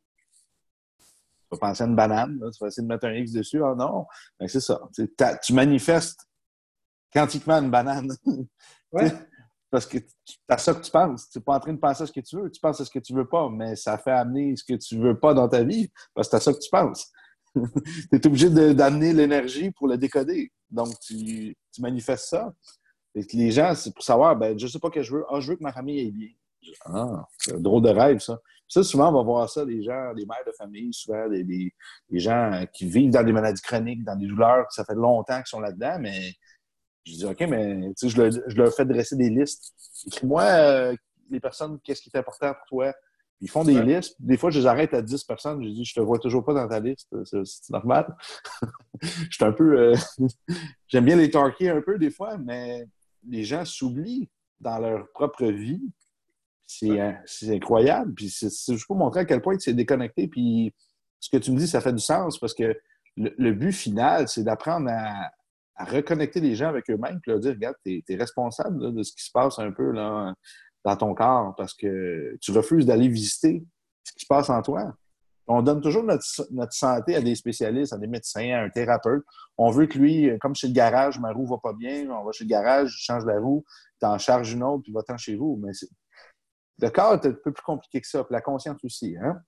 Tu vas penser à une banane, là, tu vas essayer de mettre un X dessus. Ah non, bien, c'est ça. Tu manifestes quantiquement une banane. Ouais. Parce que c'est à ça que tu penses. Tu n'es pas en train de penser à ce que tu veux. Tu penses à ce que tu veux pas, mais ça fait amener ce que tu veux pas dans ta vie parce que c'est à ça que tu penses. Tu es obligé d'amener l'énergie pour le décoder. Donc, tu manifestes ça. Et que les gens, c'est pour savoir, ben, je sais pas que je veux. Ah, je veux que ma famille aille bien. Ah, c'est un drôle de rêve, ça. Ça, souvent, on va voir ça, les gens, les mères de famille, souvent, les gens qui vivent dans des maladies chroniques, dans des douleurs, ça fait longtemps qu'ils sont là-dedans, mais je dis, OK, mais je leur fais dresser des listes. Écris-moi, les personnes, qu'est-ce qui est important pour toi? Ils font des Ouais. listes. Des fois, je les arrête à 10 personnes. Je dis, je te vois toujours pas dans ta liste. C'est normal. Je suis un peu. J'aime bien les talker un peu des fois, mais les gens s'oublient dans leur propre vie. Ouais. C'est incroyable. Puis c'est juste pour montrer à quel point c'est déconnecté. Puis ce que tu me dis, ça fait du sens parce que le but final, c'est d'apprendre à reconnecter les gens avec eux-mêmes puis leur dire, regarde, tu es responsable là, de ce qui se passe un peu là, dans ton corps parce que tu refuses d'aller visiter ce qui se passe en toi. On donne toujours notre santé à des spécialistes, à des médecins, à un thérapeute. On veut que lui, comme chez le garage, ma roue va pas bien, on va chez le garage, je change la roue, tu en charges une autre, puis va-t'en chez vous. Mais le corps est un peu plus compliqué que ça, puis la conscience aussi. Hein?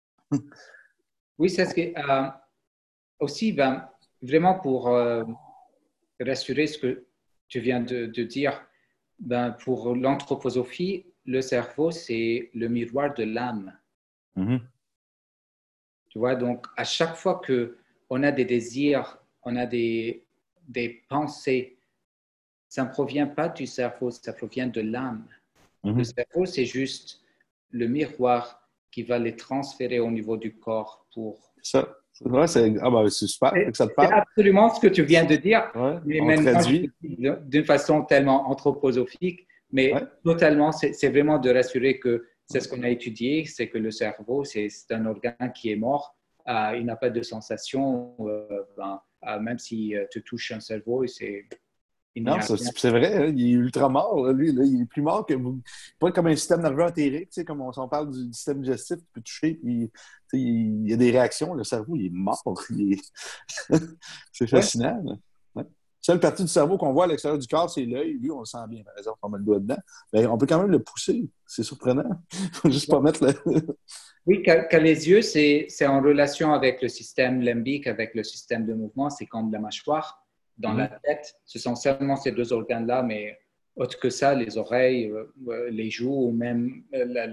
Oui, c'est ce que aussi, ben, vraiment pour rassurer ce que tu viens de dire, ben, pour l'anthroposophie, le cerveau, c'est le miroir de l'âme. Mm-hmm. Tu vois, donc à chaque fois que on a des désirs, on a des pensées, ça ne provient pas du cerveau, ça provient de l'âme. Le Mm-hmm. cerveau, c'est juste le miroir qui va les transférer au niveau du corps pour... Ça. Ouais, c'est super que ça te C'est parle. absolument ce que tu viens de dire, Ouais, mais on maintenant, je le traduit. dis d'une façon tellement anthroposophique, Ouais. mais totalement, c'est vraiment de rassurer que c'est ce qu'on a étudié, c'est que le cerveau, c'est un organe qui est mort, il n'a pas de sensation, même si tu touches un cerveau, il n'y Non, a rien. c'est vrai, hein, il est ultra mort, là, lui. Là, il est plus mort que vous. Pas comme un système nerveux entérique, tu sais, comme on parle du système digestif, tu peux toucher, puis tu sais, il y a des réactions. Le cerveau, il est mort. C'est Ouais, fascinant. Là. Ouais. Seule partie du cerveau qu'on voit à l'extérieur du corps, c'est l'œil. Lui, on le sent bien, par exemple, on met le doigt dedans. Mais on peut quand même le pousser. C'est surprenant. Faut juste pas mettre le. oui, car les yeux, c'est en relation avec le système limbique, avec le système de mouvement, c'est comme la mâchoire. Dans la Mhm. tête, ce sont seulement ces deux organes-là, mais autre que ça, les oreilles, les joues ou même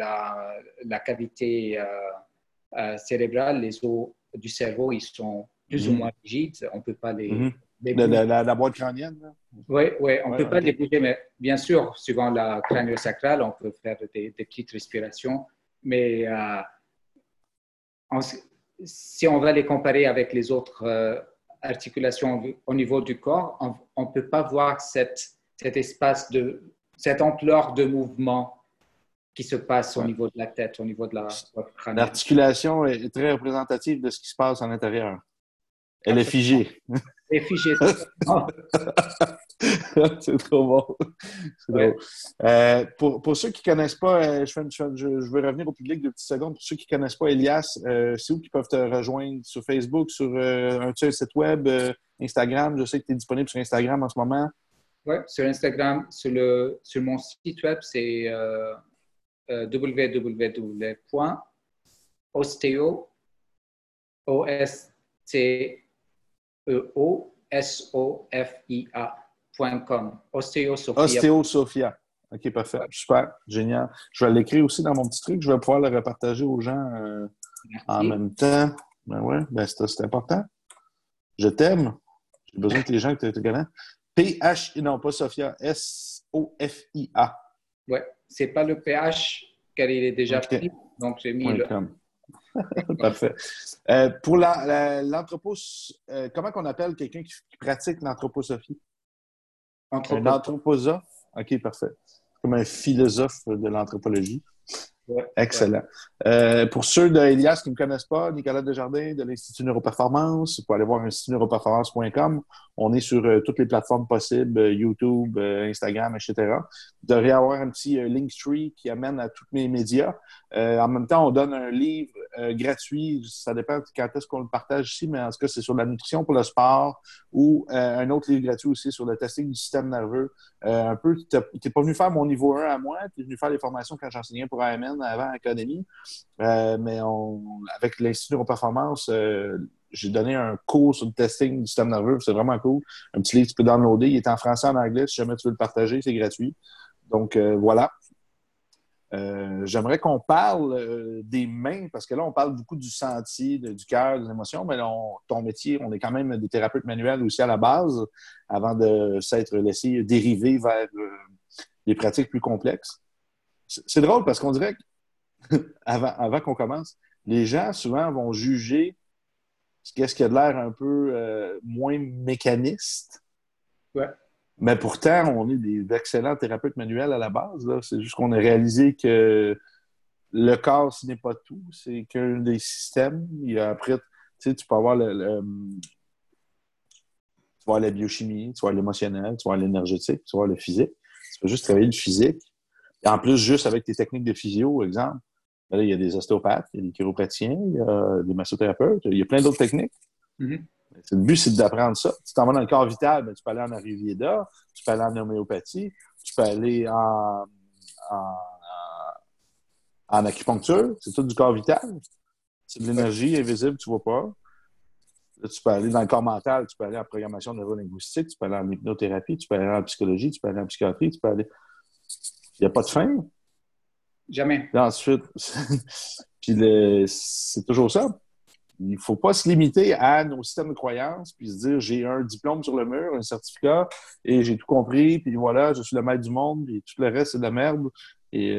la cavité cérébrale, les os du cerveau, ils sont plus ou moins Mhm. rigides. On ne peut pas Mhm. les bouger. La boîte crânienne, là. Oui, oui, on ne Ouais, peut pas OK. les bouger, mais bien sûr, suivant la crânio-sacrale, on peut faire des petites respirations, mais si on va les comparer avec les autres articulations au niveau du corps, on ne peut pas voir cet espace cette ampleur de mouvement qui se passe au Ouais. niveau de la tête, au niveau de la boîte crânienne. L'articulation est très représentative de ce qui se passe à l'intérieur. Elle est Absolument. figée. Et figé totalement. C'est trop bon. C'est Ouais. drôle. Pour ceux qui ne connaissent pas, je vais revenir au public 2 petites secondes. Pour ceux qui ne connaissent pas Elias, c'est où qu'ils peuvent te rejoindre? Sur Facebook, sur un site web, Instagram? Je sais que tu es disponible sur Instagram en ce moment. Ouais, sur Instagram, sur mon site web, c'est www.osteo, OSTEOSOFIA.com. Osteo Sophia. Ostéo Sophia. OK, parfait. Ouais, Super. Génial. Je vais l'écrire aussi dans mon petit truc. Je vais pouvoir le repartager aux gens en merci. même temps. Ben ouais, ben c'est important. Je t'aime. J'ai besoin que les gens te connaissent. non, pas Sophia. Sofia. Ouais, c'est pas le pH car il est déjà OK. pris, donc j'ai mis Point le. com. Parfait. Pour comment qu'on appelle quelqu'un qui pratique l'anthroposophie? Un Anthropologue. anthroposophe? OK, parfait. Comme un philosophe de l'anthropologie. Ouais, ouais. Excellent. Pour ceux d'Elias qui ne me connaissent pas, Nicolas Desjardins de l'Institut Neuroperformance, vous pouvez aller voir institutneuroperformance.com. On est sur toutes les plateformes possibles, YouTube, Instagram, etc. Vous devriez avoir un petit Linktree qui amène à tous mes médias. En même temps, on donne un livre gratuit. Ça dépend quand est-ce qu'on le partage ici, mais en tout cas, c'est sur la nutrition pour le sport ou un autre livre gratuit aussi sur le testing du système nerveux. Un peu, tu n'es pas venu faire mon niveau 1 à moi, tu es venu faire les formations quand j'enseignais pour AMN avant Académie. Mais avec l'Institut Neuroperformance, j'ai donné un cours sur le testing du système nerveux. C'est vraiment cool. Un petit livre que tu peux downloader. Il est en français et en anglais. Si jamais tu veux le partager, c'est gratuit. Donc, voilà. J'aimerais qu'on parle des mains, parce que là, on parle beaucoup du sentier, du cœur, des émotions, mais là, ton métier, on est quand même des thérapeutes manuels aussi à la base, avant de s'être laissé dériver vers des pratiques plus complexes. C'est drôle parce qu'on dirait qu'avant qu'on commence, les gens souvent vont juger qu'est-ce qui a de l'air un peu moins mécaniste. Ouais. Mais pourtant, on est des excellents thérapeutes manuels à la base. Là. C'est juste qu'on a réalisé que le corps, ce n'est pas tout. C'est qu'un des systèmes. Il y a après, tu sais, tu peux avoir tu vas avoir la biochimie, tu vas avoir l'émotionnel, tu vas avoir l'énergétique, tu vas avoir le physique. Tu peux juste travailler le physique. Et en plus, juste avec tes techniques de physio, exemple, là, il y a des ostéopathes, il y a des chiropraticiens, il y a des massothérapeutes, il y a plein d'autres techniques. Mm-hmm. Le but, c'est d'apprendre ça. Si tu t'en vas dans le corps vital, ben, tu peux aller en Ayurveda, tu peux aller en homéopathie, tu peux aller en, en acupuncture. C'est tout du corps vital. C'est de Ouais. l'énergie invisible, tu ne vois pas. Là, tu peux aller dans le corps mental, tu peux aller en programmation neurolinguistique, tu peux aller en hypnothérapie, tu peux aller en psychologie, tu peux aller en psychiatrie, tu peux aller. Il n'y a pas de fin. Jamais. Puis ensuite, puis c'est toujours ça. Il ne faut pas se limiter à nos systèmes de croyances puis se dire j'ai un diplôme sur le mur, un certificat, et j'ai tout compris, puis voilà, je suis le maître du monde, puis tout le reste, c'est de la merde. Et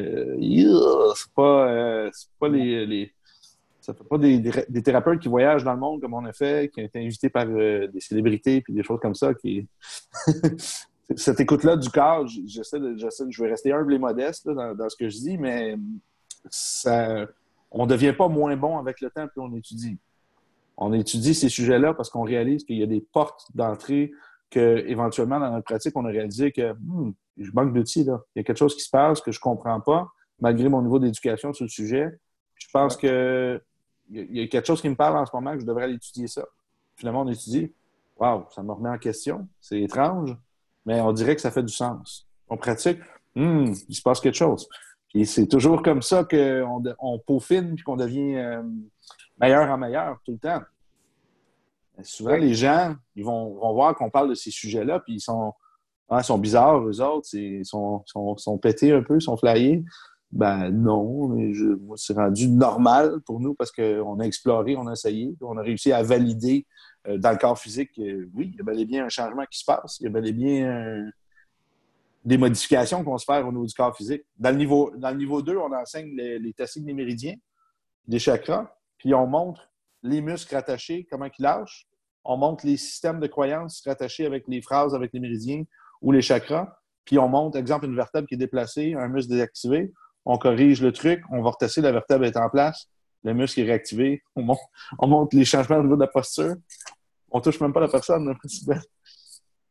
c'est pas ça fait pas des thérapeutes qui voyagent dans le monde comme on a fait, qui ont été invités par des célébrités puis des choses comme ça. Cette écoute-là du corps, je vais rester humble et modeste là, dans ce que je dis, mais on ne devient pas moins bon avec le temps puis on étudie. On étudie ces sujets-là parce qu'on réalise qu'il y a des portes d'entrée que, éventuellement, dans notre pratique, on a réalisé que je manque d'outils. Là. Il y a quelque chose qui se passe que je ne comprends pas, malgré mon niveau d'éducation sur le sujet. Je pense Ouais. que il y a quelque chose qui me parle en ce moment que je devrais aller étudier ça. Finalement, on étudie. Waouh, ça me remet en question. C'est étrange, mais on dirait que ça fait du sens. On pratique. Il se passe quelque chose. Et c'est toujours comme ça qu'on peaufine et qu'on devient meilleur en meilleur tout le temps. Mais souvent, Ouais. les gens, ils vont voir qu'on parle de ces sujets-là, puis ils sont bizarres, eux autres, ils sont pétés un peu, ils sont flyés. Ben non, mais moi, c'est rendu normal pour nous parce qu'on a exploré, on a essayé, on a réussi à valider dans le corps physique que oui, il y a bel et bien un changement qui se passe, il y a bel et bien des modifications qui vont se faire au niveau du corps physique. Dans le niveau 2, on enseigne les testing des méridiens, des chakras, puis on montre les muscles rattachés, comment ils lâchent. On montre les systèmes de croyances rattachés avec les phrases, avec les méridiens ou les chakras. Puis on montre, exemple, une vertèbre qui est déplacée, un muscle désactivé. On corrige le truc, on va retester, la vertèbre est en place, le muscle est réactivé. On montre les changements au niveau de la posture. On touche même pas la personne.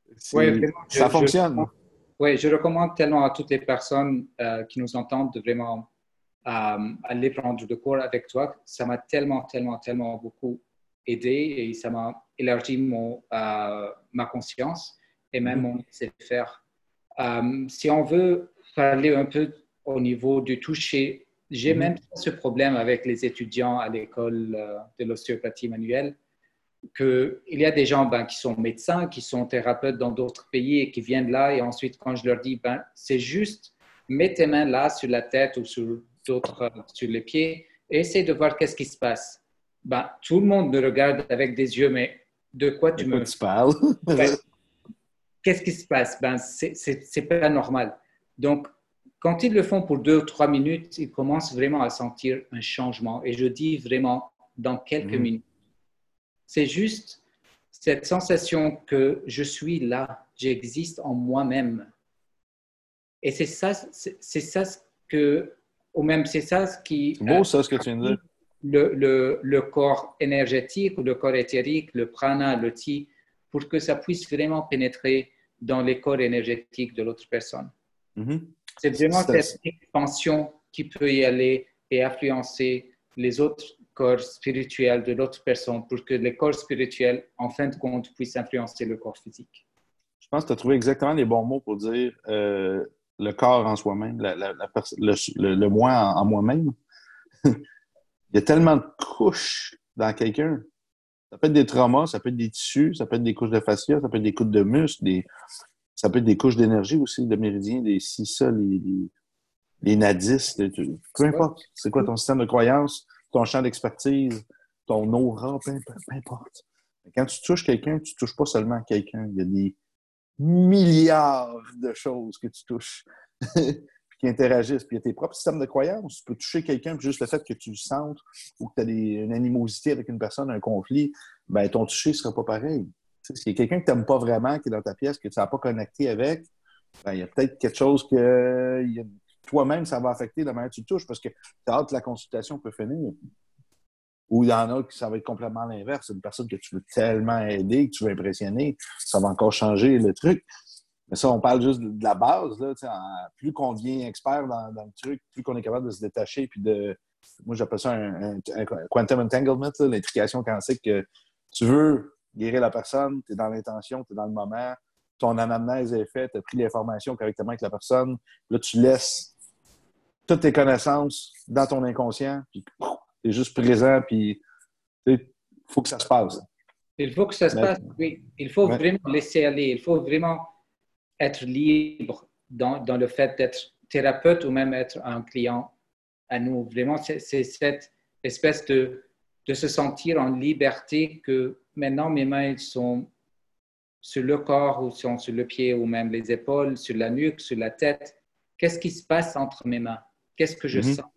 Ouais, vraiment, Ça fonctionne. ouais, je recommande tellement à toutes les personnes qui nous entendent de vraiment aller prendre le cours avec toi. Ça m'a tellement, tellement, tellement beaucoup aidé et ça m'a élargi ma conscience et même mon laisser-faire. Si on veut parler un peu au niveau du toucher, j'ai même ce problème avec les étudiants à l'école de l'ostéopathie manuelle, qu'il y a des gens qui sont médecins, qui sont thérapeutes dans d'autres pays et qui viennent là et ensuite quand je leur dis, c'est juste, mets tes mains là sur la tête ou sur les pieds et essaie de voir qu'est-ce qui se passe. Tout le monde me regarde avec des yeux, mais de quoi tu me... Tu parles? Ouais. Qu'est-ce qui se passe? C'est pas normal. Donc, quand ils le font pour 2 ou 3 minutes, ils commencent vraiment à sentir un changement. Et je dis vraiment dans quelques minutes. C'est juste cette sensation que je suis là, j'existe en moi-même. Et c'est ça ou même c'est ça ce qui C'est beau, ça, ce que tu viens de dire. le corps énergétique ou le corps éthérique, le prana, le ti, pour que ça puisse vraiment pénétrer dans les corps énergétiques de l'autre personne. C'est vraiment cette expansion qui peut y aller et influencer les autres corps spirituels de l'autre personne pour que les corps spirituels, en fin de compte, puissent influencer le corps physique. Je pense que tu as trouvé exactement les bons mots pour dire le corps en soi-même, le moi en moi-même. Il y a tellement de couches dans quelqu'un. Ça peut être des traumas, ça peut être des tissus, ça peut être des couches de fascia, ça peut être des couches de muscles, ça peut être des couches d'énergie aussi, de méridiens, des si ça, les nadis, peu importe. C'est quoi ton système de croyance, ton champ d'expertise, ton aura, peu importe. Quand tu touches quelqu'un, tu ne touches pas seulement quelqu'un. Il y a des milliards de choses que tu touches qui interagissent. Puis il y a tes propres systèmes de croyances. Tu peux toucher quelqu'un, puis juste le fait que tu le sentes ou que tu as une animosité avec une personne, un conflit, ton toucher ne sera pas pareil. S'il y a quelqu'un que tu n'aimes pas vraiment, qui est dans ta pièce, que tu n'as pas connecté avec, il y a peut-être quelque chose que toi-même, ça va affecter la manière que tu touches parce que tu as hâte que la consultation peut finir. Ou il y en a qui ça va être complètement l'inverse. C'est une personne que tu veux tellement aider, que tu veux impressionner, ça va encore changer le truc. Mais ça, on parle juste de la base. Là, plus qu'on devient expert dans le truc, plus qu'on est capable de se détacher. Puis moi, j'appelle ça un quantum entanglement, l'intrication quantique. Que tu veux guérir la personne, tu es dans l'intention, tu es dans le moment, ton anamnèse est faite, tu as pris l'information correctement avec la personne. Là, tu laisses toutes tes connaissances dans ton inconscient, puis tu es juste présent, puis il faut que ça se passe. Il faut que ça se passe, oui. Il faut vraiment laisser aller. Il faut vraiment être libre dans le fait d'être thérapeute ou même être un client à nous. Vraiment, c'est cette espèce de se sentir en liberté que maintenant mes mains sont sur le corps ou sont sur le pied ou même les épaules, sur la nuque, sur la tête. Qu'est-ce qui se passe entre mes mains? Qu'est-ce que je sens?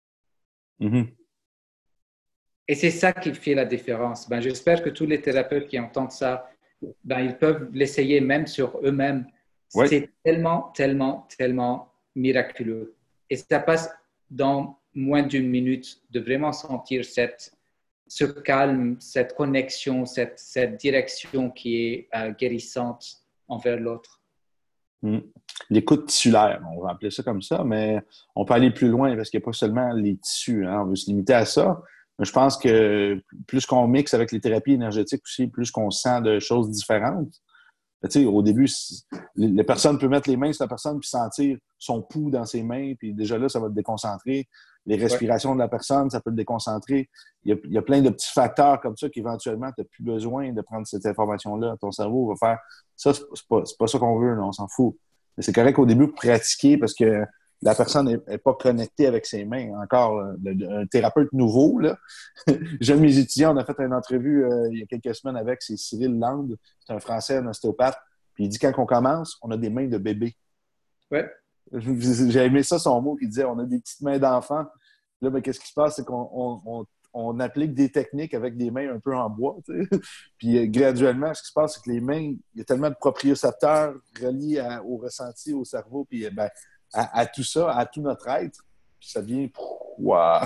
Et c'est ça qui fait la différence. J'espère que tous les thérapeutes qui entendent ça, ils peuvent l'essayer même sur eux-mêmes. Oui. C'est tellement, tellement, tellement miraculeux. Et ça passe dans moins d'une minute de vraiment sentir ce calme, cette connexion, cette direction qui est guérissante envers l'autre. L'écoute tissulaire, on va appeler ça comme ça, mais on peut aller plus loin parce qu'il n'y a pas seulement les tissus. Hein, on veut se limiter à ça. Mais je pense que plus qu'on mixe avec les thérapies énergétiques aussi, plus qu'on sent de choses différentes. Au début, la personne peut mettre les mains sur la personne puis sentir son pouls dans ses mains, puis déjà là, ça va te déconcentrer. Les respirations de la personne, ça peut te déconcentrer. Il y a plein de petits facteurs comme ça qu'éventuellement, tu n'as plus besoin de prendre cette information-là. Ton cerveau va faire ça, c'est pas ça qu'on veut, là, on s'en fout. Mais c'est correct au début pour pratiquer parce que la personne n'est pas connectée avec ses mains. Encore, un thérapeute nouveau, là. J'aime mes étudiants, on a fait une entrevue il y a quelques semaines avec, c'est Cyril Land, c'est un Français, un ostéopathe. Puis il dit quand on commence, on a des mains de bébé. Ouais. J'ai aimé ça, son mot, qui disait on a des petites mains d'enfant. Là, qu'est-ce qui se passe? C'est qu'on applique des techniques avec des mains un peu en bois. Puis graduellement, ce qui se passe, c'est que les mains, il y a tellement de propriocépteurs reliés au ressenti, au cerveau, puis à tout ça, à tout notre être. Puis ça devient wow.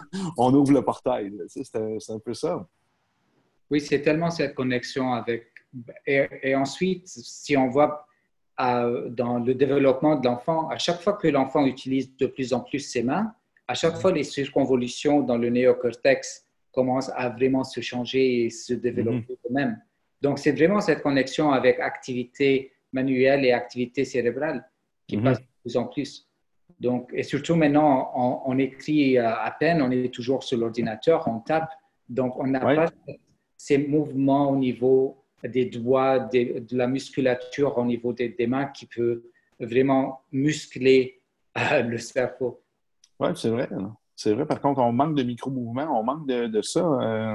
On ouvre le portail. C'est un peu ça. Oui, c'est tellement cette connexion avec et ensuite, si on voit dans le développement de l'enfant, à chaque fois que l'enfant utilise de plus en plus ses mains, à chaque fois, les circonvolutions dans le néocortex commencent à vraiment se changer et se développer eux-mêmes. Donc, c'est vraiment cette connexion avec activité manuelle et activité cérébrale qui passe de plus en plus. Donc, et surtout maintenant, on écrit à peine, on est toujours sur l'ordinateur, on tape. Donc, on n'a pas ces mouvements au niveau des doigts, de la musculature au niveau des mains qui peut vraiment muscler le cerveau. Oui, c'est vrai. C'est vrai. Par contre, on manque de micro-mouvements, on manque de ça.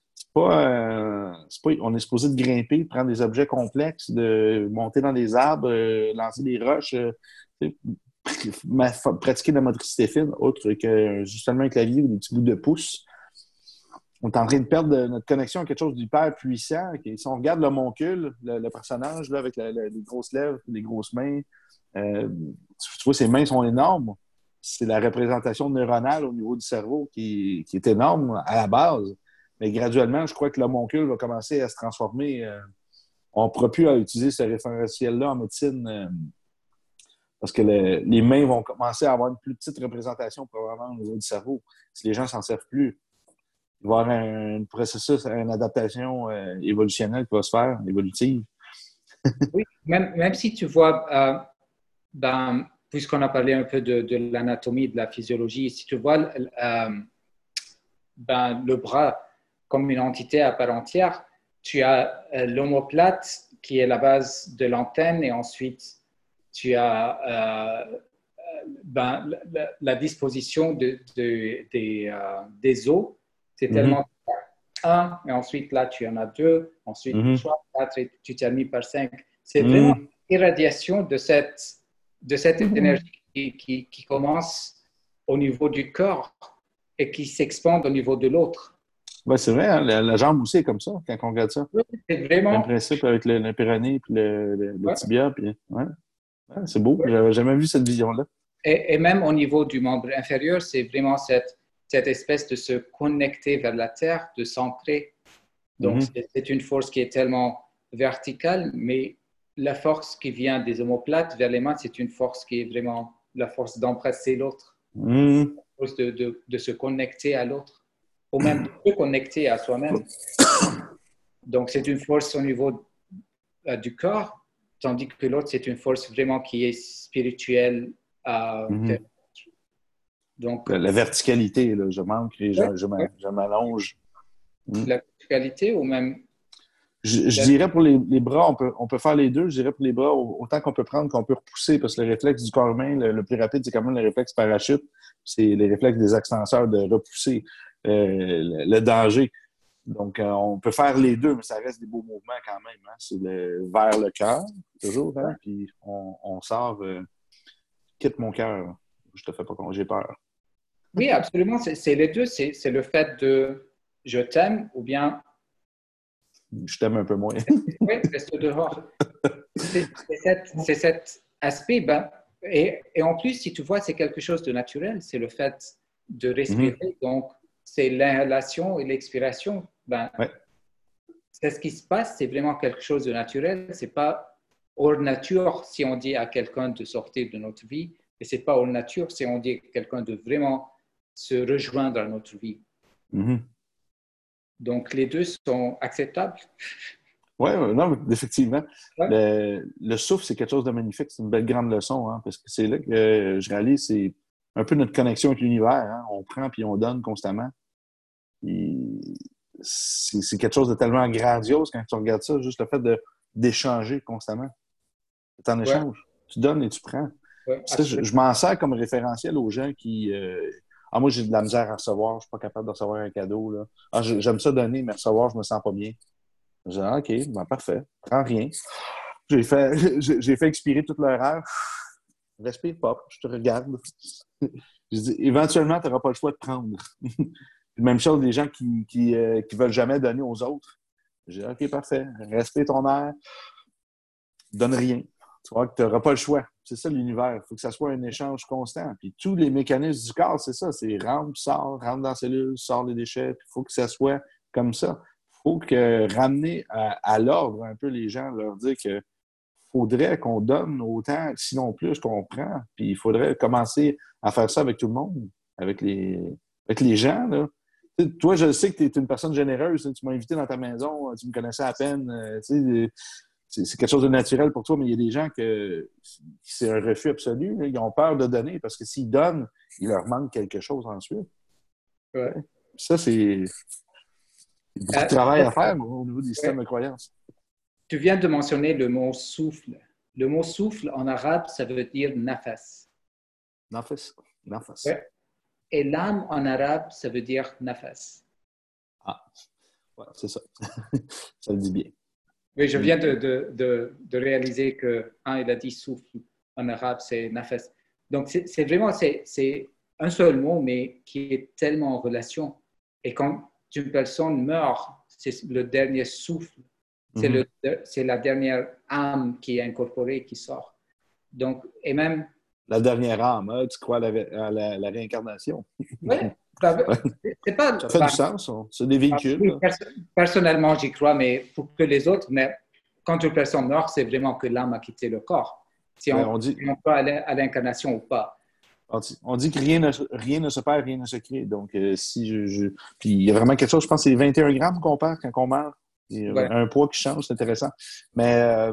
On est supposé de grimper, de prendre des objets complexes, de monter dans des arbres, lancer des roches, pratiquer de la motricité fine, autre que justement un clavier ou des petits bouts de pouce. On est en train de perdre notre connexion à quelque chose d'hyper puissant. Si on regarde l'homoncule, le personnage là, avec les grosses lèvres, les grosses mains, tu vois, ses mains sont énormes. C'est la représentation neuronale au niveau du cerveau qui est énorme à la base. Mais graduellement, je crois que l'homoncule va commencer à se transformer. On ne pourra plus utiliser ce référentiel-là en médecine parce que les mains vont commencer à avoir une plus petite représentation probablement au niveau du cerveau si les gens ne s'en servent plus. Il va y avoir un processus, une adaptation évolutionnelle qui va se faire, évolutive. Oui, même si tu vois, puisqu'on a parlé un peu de l'anatomie, de la physiologie, si tu vois le bras comme une entité à part entière, tu as l'omoplate qui est la base de l'antenne et ensuite tu as la disposition des os. C'est tellement un, et ensuite là tu en as deux, ensuite trois, quatre, et tu termines par cinq. C'est vraiment l'irradiation de cette énergie qui commence au niveau du corps et qui s'expande au niveau de l'autre. Ouais, c'est vrai, hein, la jambe aussi est comme ça, quand on regarde ça. Oui, c'est vraiment... Même principe avec le péroné et le tibia. Puis, ouais, c'est beau, Ouais. j'avais jamais vu cette vision-là. Et même au niveau du membre inférieur, c'est vraiment cette espèce de se connecter vers la terre, de s'ancrer. Donc, c'est une force qui est tellement verticale, mais la force qui vient des omoplates vers les mains, c'est une force qui est vraiment la force d'embrasser l'autre, la force de se connecter à l'autre, ou même de se connecter à soi-même. Donc, c'est une force au niveau du corps, tandis que l'autre, c'est une force vraiment qui est spirituelle. Donc, la verticalité, là, je manque et je m'allonge. La verticalité ou même... Je dirais pour les bras, on peut faire les deux. Je dirais pour les bras, autant qu'on peut prendre qu'on peut repousser, parce que le réflexe du corps humain, le plus rapide, c'est quand même le réflexe parachute. C'est les réflexes des extenseurs de repousser le danger. Donc, on peut faire les deux, mais ça reste des beaux mouvements quand même. Hein? C'est vers le cœur, toujours, hein? Puis on sort quitte mon cœur. Je te fais pas quand j'ai peur. Oui, absolument. C'est les deux. C'est le fait de je t'aime ou bien je t'aime un peu moins. Oui, reste dehors. C'est cet aspect. Et en plus, si tu vois, c'est quelque chose de naturel. C'est le fait de respirer. Donc, c'est l'inhalation et l'expiration. C'est ce qui se passe. C'est vraiment quelque chose de naturel. C'est pas hors nature si on dit à quelqu'un de sortir de notre vie. Et c'est pas hors nature si on dit à quelqu'un de vraiment se rejoindre à notre vie. Donc, les deux sont acceptables. Oui, non, effectivement. Ouais. Le souffle, c'est quelque chose de magnifique. C'est une belle grande leçon, hein, parce que c'est là que je réalise, c'est un peu notre connexion avec l'univers. Hein. On prend puis on donne constamment. C'est quelque chose de tellement grandiose quand tu regardes ça, juste le fait d'échanger constamment. C'est en échange. Tu donnes et tu prends. Ça, je m'en sers comme référentiel aux gens qui... moi, j'ai de la misère à recevoir. Je ne suis pas capable de recevoir un cadeau. Là. J'aime ça donner, mais recevoir, je me sens pas bien. J'ai dit, OK, parfait. Prends rien. J'ai fait expirer toute leur air. Respire pas, je te regarde. J'ai dit, éventuellement, tu n'auras pas le choix de prendre. Même chose des gens qui veulent jamais donner aux autres. J'ai dit, OK, parfait. Respire ton air. Donne rien. Tu vois que tu n'auras pas le choix. C'est ça l'univers. Il faut que ça soit un échange constant. Puis tous les mécanismes du corps, c'est ça. C'est rentre, sort dans la cellule, sort les déchets. Il faut que ça soit comme ça. Il faut que ramener à l'ordre un peu les gens, leur dire que faudrait qu'on donne autant, sinon plus, qu'on prend. Puis il faudrait commencer à faire ça avec tout le monde, avec les gens. Là. Toi, je sais que tu es une personne généreuse. Tu m'as invité dans ta maison, tu me connaissais à peine. C'est quelque chose de naturel pour toi, mais il y a des gens que c'est un refus absolu. Là. Ils ont peur de donner parce que s'ils donnent, il leur manque quelque chose ensuite. Ouais. Ça, c'est beaucoup de travail à faire au niveau des systèmes de croyances. Tu viens de mentionner le mot souffle. Le mot souffle en arabe, ça veut dire nafas. Nafas. Nafas. Ouais. Et l'âme en arabe, ça veut dire nafas. Ah, ouais, c'est ça. Ça le dit bien. Oui, je viens de réaliser que il a dit souffle en arabe, c'est nafas. Donc, c'est vraiment c'est un seul mot, mais qui est tellement en relation. Et quand une personne meurt, c'est le dernier souffle. C'est la dernière âme qui est incorporée, qui sort. Donc, et même... La dernière âme, hein, tu crois à la réincarnation? Oui, c'est pas... Ça fait du sens, c'est des véhicules. Oui, personnellement, j'y crois, mais pour que les autres... Mais quand une personne meurt, c'est vraiment que l'âme a quitté le corps. Si on peut aller à l'incarnation ou pas. On dit que rien ne se perd, rien ne se crée. Donc, puis il y a vraiment quelque chose, je pense que c'est 21 grammes qu'on perd quand on meurt. Il y a un poids qui change, c'est intéressant. Mais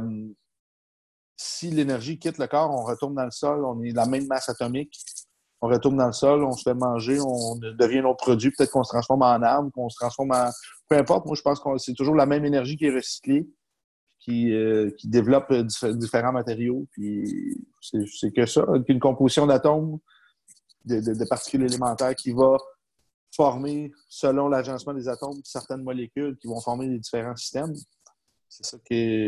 si l'énergie quitte le corps, on retourne dans le sol, on est la même masse atomique, on retourne dans le sol, on se fait manger, on devient un autre produit, peut-être qu'on se transforme en arme, qu'on se transforme en... Peu importe, moi je pense que c'est toujours la même énergie qui est recyclée, qui développe différents matériaux. Puis c'est que ça, une composition d'atomes, de particules élémentaires qui va former, selon l'agencement des atomes, certaines molécules qui vont former les différents systèmes. C'est ça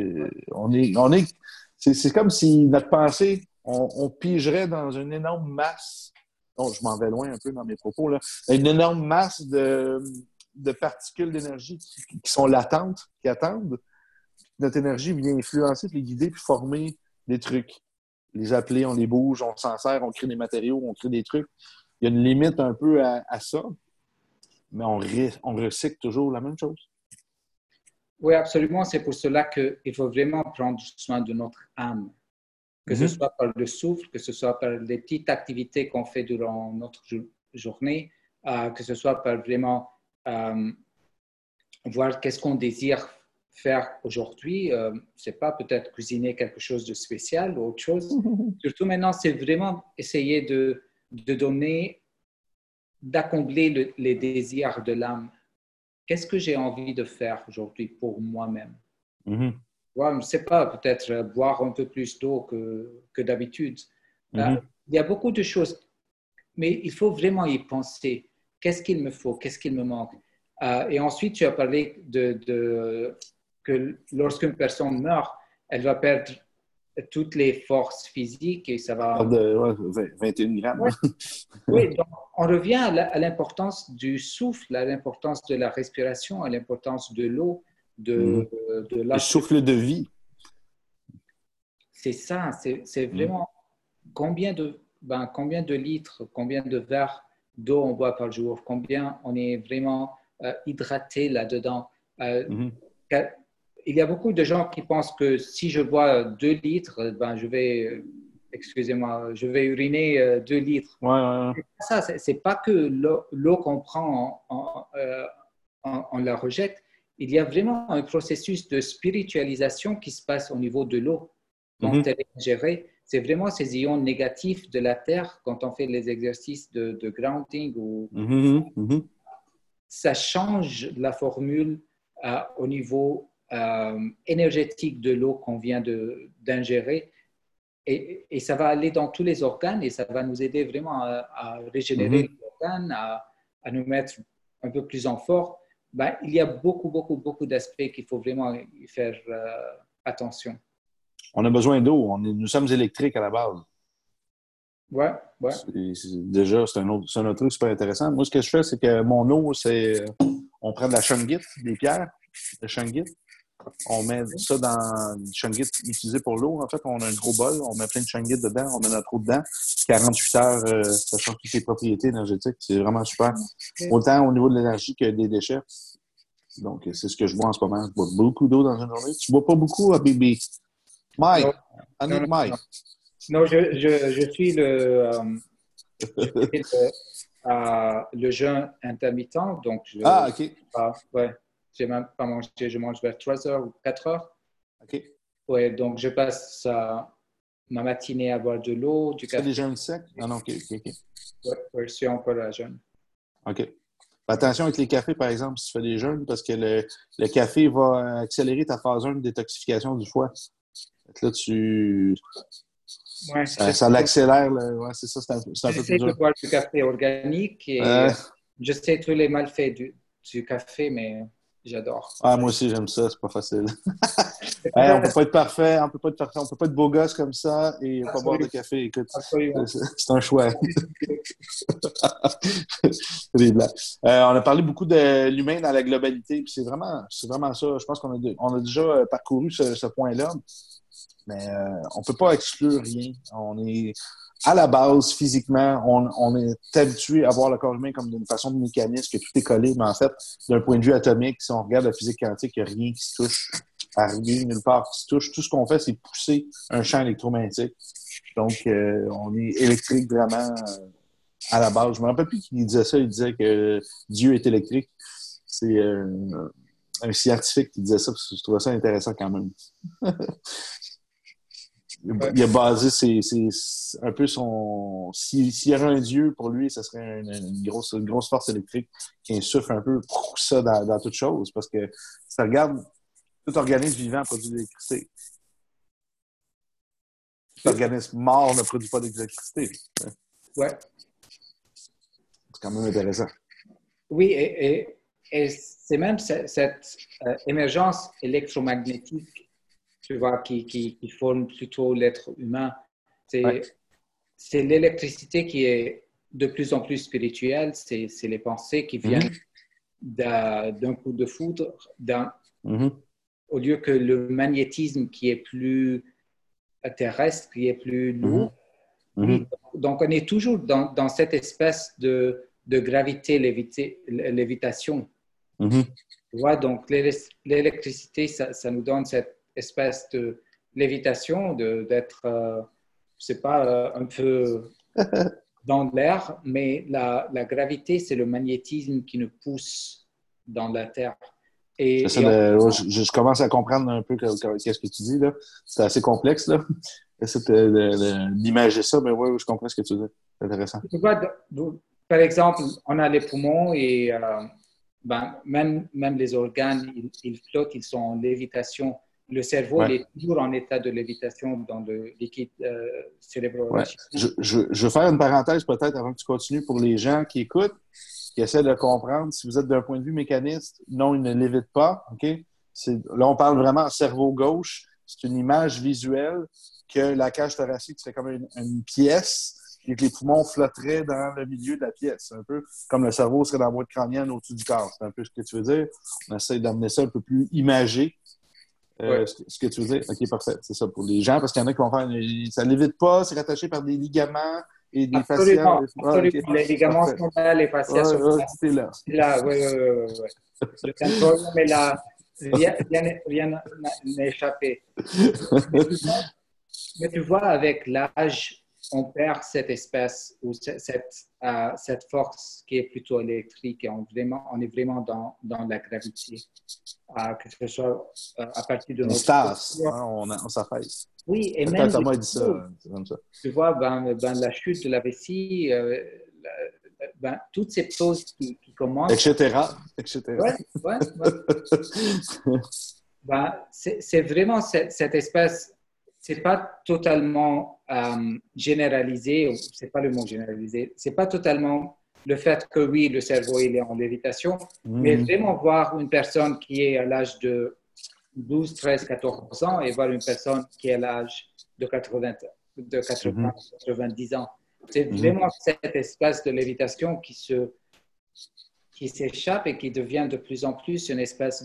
c'est comme si notre pensée, on pigerait dans une énorme masse. Oh, je m'en vais loin un peu dans mes propos, là. Une énorme masse de particules d'énergie qui sont latentes, qui attendent. Notre énergie vient influencer, puis guider, puis former des trucs. Les appeler, on les bouge, on s'en sert, on crée des matériaux, on crée des trucs. Il y a une limite un peu à ça, mais on recycle toujours la même chose. Oui, absolument. C'est pour cela qu'il faut vraiment prendre soin de notre âme. Que ce soit par le souffle, que ce soit par les petites activités qu'on fait durant notre journée, que ce soit par vraiment voir qu'est-ce qu'on désire faire aujourd'hui. C'est pas peut-être cuisiner quelque chose de spécial ou autre chose. Surtout maintenant, c'est vraiment essayer de donner, d'accombler les désirs de l'âme. Qu'est-ce que j'ai envie de faire aujourd'hui pour moi-même? Ouais, je ne sais pas, peut-être boire un peu plus d'eau que d'habitude. Il y a beaucoup de choses, mais il faut vraiment y penser. Qu'est-ce qu'il me faut? Qu'est-ce qu'il me manque? Et ensuite, tu as parlé que lorsqu'une personne meurt, elle va perdre toutes les forces physiques et ça va... 21 grammes. Ouais. Oui, donc on revient à l'importance du souffle, à l'importance de la respiration, à l'importance de l'eau, de le souffle de vie. C'est ça, c'est vraiment combien de litres, combien de verres d'eau on boit par jour, combien on est vraiment hydraté là-dedans. Il y a beaucoup de gens qui pensent que si je bois 2 litres, je vais... Excusez-moi, je vais uriner 2 litres. Ouais. C'est pas que l'eau qu'on prend, on la rejette. Il y a vraiment un processus de spiritualisation qui se passe au niveau de l'eau quand elle est ingérée. C'est vraiment ces ions négatifs de la terre quand on fait les exercices de grounding. Ça change la formule au niveau énergétique de l'eau qu'on vient d'ingérer. Et ça va aller dans tous les organes et ça va nous aider vraiment à régénérer les organes, à nous mettre un peu plus en forme. Il y a beaucoup d'aspects qu'il faut vraiment y faire attention. On a besoin d'eau. Nous sommes électriques à la base. Ouais. Déjà, c'est un autre truc super intéressant. Moi, ce que je fais, c'est que mon eau, on prend de la shungite, des pierres de shungite. On met ça dans le shungite utilisé pour l'eau. En fait, on a un gros bol, on met plein de shungite dedans, on met notre eau dedans. 48 heures, ça change toutes les propriétés énergétiques. C'est vraiment super. Autant au niveau de l'énergie que des déchets. Donc, c'est ce que je bois en ce moment. Je bois beaucoup d'eau dans une journée. Tu bois pas beaucoup à bébé? Mike, Non, I non, need non, Mike. non. Non, je suis je fais le jeûne intermittent, donc Ah, OK. ouais, j'ai même pas mangé, je mange vers 3 heures ou 4 heures. OK. Ouais, donc je passe ma matinée à boire de l'eau, du Tu fais des café. jeûnes secs? Ah non, OK, OK, OK. Ouais, ouais, je suis encore à jeûne. OK. Attention avec les cafés, par exemple, si tu fais des jeûnes, parce que le café va accélérer ta phase 1 de détoxification du foie. Fait que là, Ouais, ça l'accélère. Ouais, c'est ça, c'est un peu plus j'essaie de dur. boire du café organique et Euh, je sais tous les malfaits du café, mais j'adore. moi aussi, j'aime ça, c'est pas facile. C'est pas Hey, on peut pas facile, être parfait, on peut pas être parfait, on peut pas être beau gosse comme ça et pas boire de absolument. café. Écoute, Absolument. c'est un choix. C'est des blagues. On a parlé beaucoup de l'humain dans la globalité, puis c'est vraiment ça. Je pense on a déjà parcouru ce point-là, mais on peut pas exclure rien. On est à la base, physiquement, on est habitué à voir le corps humain comme d'une façon de mécanisme, que tout est collé, mais en fait, d'un point de vue atomique, si on regarde la physique quantique, il n'y a rien qui se touche à rien, nulle part qui se touche. Tout ce qu'on fait, c'est pousser un champ électromagnétique. Donc, on est électrique vraiment à la base. Je me rappelle plus qui disait ça. Il disait que Dieu est électrique. C'est un scientifique qui disait ça, parce que je trouvais ça intéressant quand même. Ouais. Il a basé un peu son. S'il y avait un Dieu, pour lui, ça serait une grosse force électrique qui insuffle un peu ça dans toute chose. Parce que si tu regardes, tout organisme vivant produit de l'électricité. Tout organisme mort ne produit pas d'électricité. Ouais. C'est quand même intéressant. Oui, et c'est même cette émergence électromagnétique, tu vois, qui forme plutôt l'être humain. Ouais. C'est l'électricité qui est de plus en plus spirituelle, c'est les pensées qui viennent Mm-hmm. d'un coup de foudre, Mm-hmm. au lieu que le magnétisme qui est plus terrestre, qui est plus Mm-hmm. lourd. Mm-hmm. Oui, donc on est toujours dans cette espèce de gravité lévitation. Mm-hmm. Tu vois, donc l'électricité, ça nous donne cette espèce de lévitation, d'être, je sais pas, un peu dans l'air, mais la gravité, c'est le magnétisme qui nous pousse dans la Terre. J'essaie Et de, je commence à comprendre un peu qu'est-ce que tu dis, là. C'est assez complexe, là. J'essaie d'imager ça, mais oui, je comprends ce que tu dis. C'est intéressant. tu vois, par exemple, on a les poumons et même les organes, ils flottent, ils sont en lévitation. Le cerveau, il Ouais. est toujours en état de lévitation dans le liquide Ouais. cérébro-rachidien. Je vais faire une parenthèse peut-être avant que tu continues pour les gens qui écoutent, qui essaient de comprendre. Si vous êtes d'un point de vue mécaniste, non, il ne lévite pas. OK? Là, on parle vraiment cerveau gauche. C'est une image visuelle que la cage thoracique serait comme une pièce et que les poumons flotteraient dans le milieu de la pièce. Un peu comme le cerveau serait dans la boîte crânienne au-dessus du corps. C'est un peu ce que tu veux dire. On essaie d'amener ça un peu plus imagé. Ouais. Ce que tu veux dire. OK, parfait. C'est ça pour les gens, parce qu'il y en a qui vont faire ça ne lévite pas, c'est rattaché par des ligaments et des fascias. Absolument, Ah, OK. absolument. Les ligaments Parfait. sont là, les fascias Ouais, sont ouais, là. tout est là. Là, oui, oui, oui, oui, oui. Le symptôme est là. Rien n'a échappé. Mais tu vois, avec l'âge, on perd cette espèce ou cette force qui est plutôt électrique et on est vraiment dans la gravité, que ce soit à partir de On se notre tasse, posture. hein, on s'affaisse. Oui, et Peut-être même Thomas a dit ça. C'est comme ça. tu vois, la chute de la vessie, toutes ces choses qui commencent. Etc. Etc. Ouais, ouais, ouais. C'est vraiment cette espèce, c'est pas totalement généralisé, c'est pas le mot généralisé, c'est pas totalement le fait que oui, le cerveau il est en lévitation, mais Mm-hmm. vraiment voir une personne qui est à l'âge de 12, 13, 14 ans et voir une personne qui est à l'âge de 80, Mm-hmm. 90 ans. C'est Mm-hmm. vraiment cette espèce de lévitation qui s'échappe et qui devient de plus en plus une espèce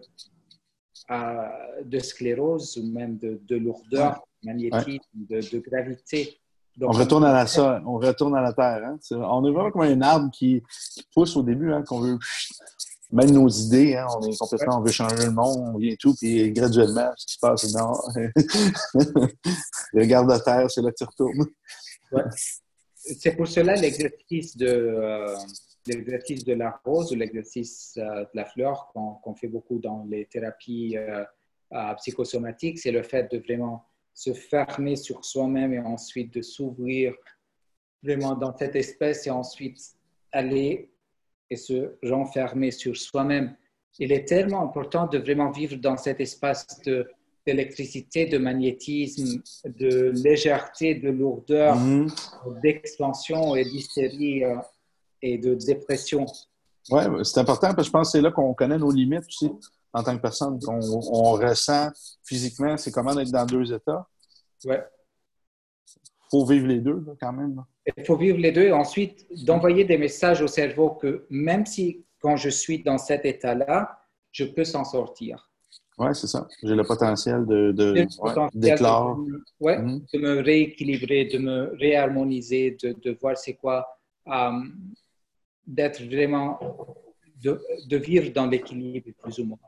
de sclérose ou même de Ouais. lourdeur Ouais. magnétique, de gravité. On Donc, retourne on retourne à la terre. Hein? On est vraiment comme un arbre qui pousse au début, hein, qu'on veut même nos idées, hein, on est complètement, on veut changer le monde, on vient tout, puis graduellement, ce qui se passe, non. Regarde à terre, c'est là que tu retournes. Ouais. C'est pour cela l'exercice de la rose ou l'exercice de la fleur qu'on fait beaucoup dans les thérapies psychosomatiques, c'est le fait de vraiment se fermer sur soi-même et ensuite de s'ouvrir vraiment dans cette espèce et ensuite aller et se renfermer sur soi-même. Il est tellement important de vraiment vivre dans cet espace d'électricité, de magnétisme, de légèreté, de lourdeur, d'expansion et d'hystérie et de dépression. Oui, c'est important parce que je pense que c'est là qu'on connaît nos limites aussi en tant que personne. On ressent physiquement, c'est comment d'être dans deux états. Ouais. Il faut vivre les deux là, quand même. Là. Il faut vivre les deux et ensuite d'envoyer des messages au cerveau que même si quand je suis dans cet état-là, je peux s'en sortir. Oui, c'est ça. J'ai le potentiel d'éclore. Ouais, De me rééquilibrer, de me réharmoniser, de voir c'est quoi, d'être vraiment, de vivre dans l'équilibre plus ou moins.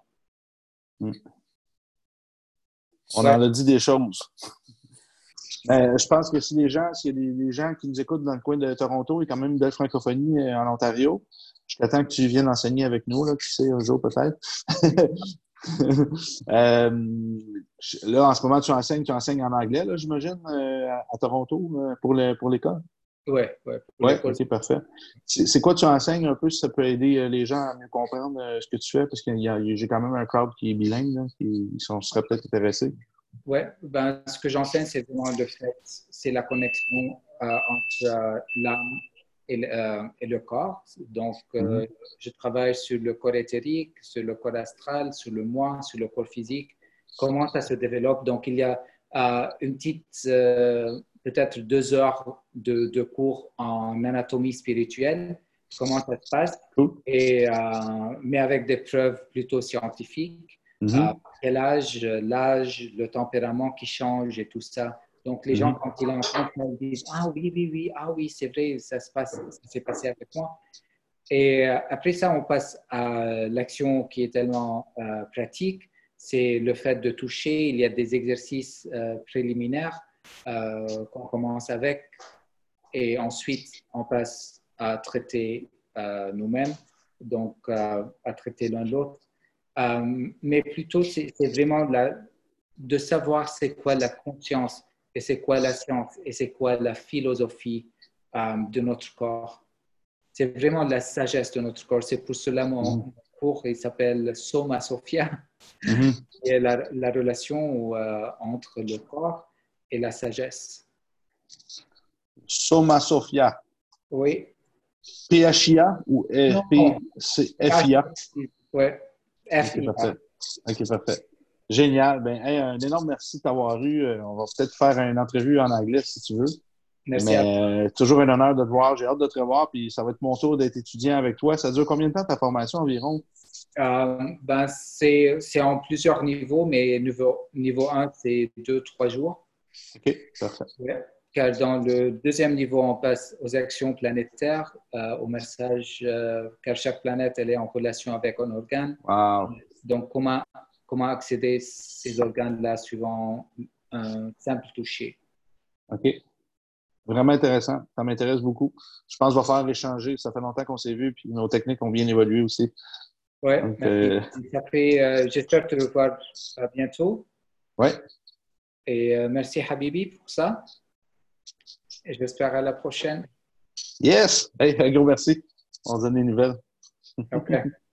On en a dit des choses. Je pense que s'il y a des gens qui nous écoutent dans le coin de Toronto, il y a quand même une belle francophonie en Ontario. Jusqu'à temps que tu viennes enseigner avec nous, là, qui sait, un jour peut-être. Là, en ce moment, tu enseignes en anglais, là, j'imagine, à Toronto pour l'école? Oui, OK, parfait. C'est quoi tu enseignes un peu, si ça peut aider les gens à mieux comprendre ce que tu fais? Parce que j'ai quand même un crowd qui est bilingue, là, qui seraient peut-être intéressés. Oui, ben, ce que j'enseigne, c'est vraiment le fait, c'est la connexion entre l'âme et le corps. Donc, je travaille sur le corps éthérique, sur le corps astral, sur le moi, sur le corps physique, comment ça se développe. Donc, il y a une petite, peut-être 2 heures de cours en anatomie spirituelle, comment ça se passe, mais avec des preuves plutôt scientifiques. Quel âge, l'âge, le tempérament qui change et tout ça. Donc, les gens, quand ils entendent, ils disent « Ah oui, c'est vrai, ça s'est passé avec moi. » Et après ça, on passe à l'action qui est tellement pratique. C'est le fait de toucher. Il y a des exercices préliminaires qu'on commence avec. Et ensuite, on passe à traiter nous-mêmes, donc à traiter l'un l'autre. Mais plutôt, c'est vraiment de savoir c'est quoi la conscience et c'est quoi la science et c'est quoi la philosophie de notre corps. C'est vraiment la sagesse de notre corps. C'est pour cela mon cours, il s'appelle Soma Sophia. Et la relation entre le corps et la sagesse. Soma Sophia. Oui. PHIA ou FIA? Oui. FIA. OK, parfait. Génial. Ben, un énorme merci de t'avoir eu. On va peut-être faire une entrevue en anglais si tu veux. Merci. Mais toujours un honneur de te voir. J'ai hâte de te revoir. Puis ça va être mon tour d'être étudiant avec toi. Ça dure combien de temps ta formation environ? Ben, c'est en plusieurs niveaux, mais niveau 1, c'est 2-3 jours. OK, parfait. Ouais. Car dans le deuxième niveau, on passe aux actions planétaires, au message, car chaque planète elle est en relation avec un organe. Wow. Donc, comment accéder à ces organes-là suivant un simple toucher. OK. Vraiment intéressant. Ça m'intéresse beaucoup. Je pense qu'on va faire échanger. Ça fait longtemps qu'on s'est vu, puis nos techniques ont bien évolué aussi. Oui, merci. J'espère te revoir bientôt. Oui. Et merci Habibi pour ça. Et j'espère à la prochaine. Yes! Hey, un gros merci. On se donne des nouvelles. OK.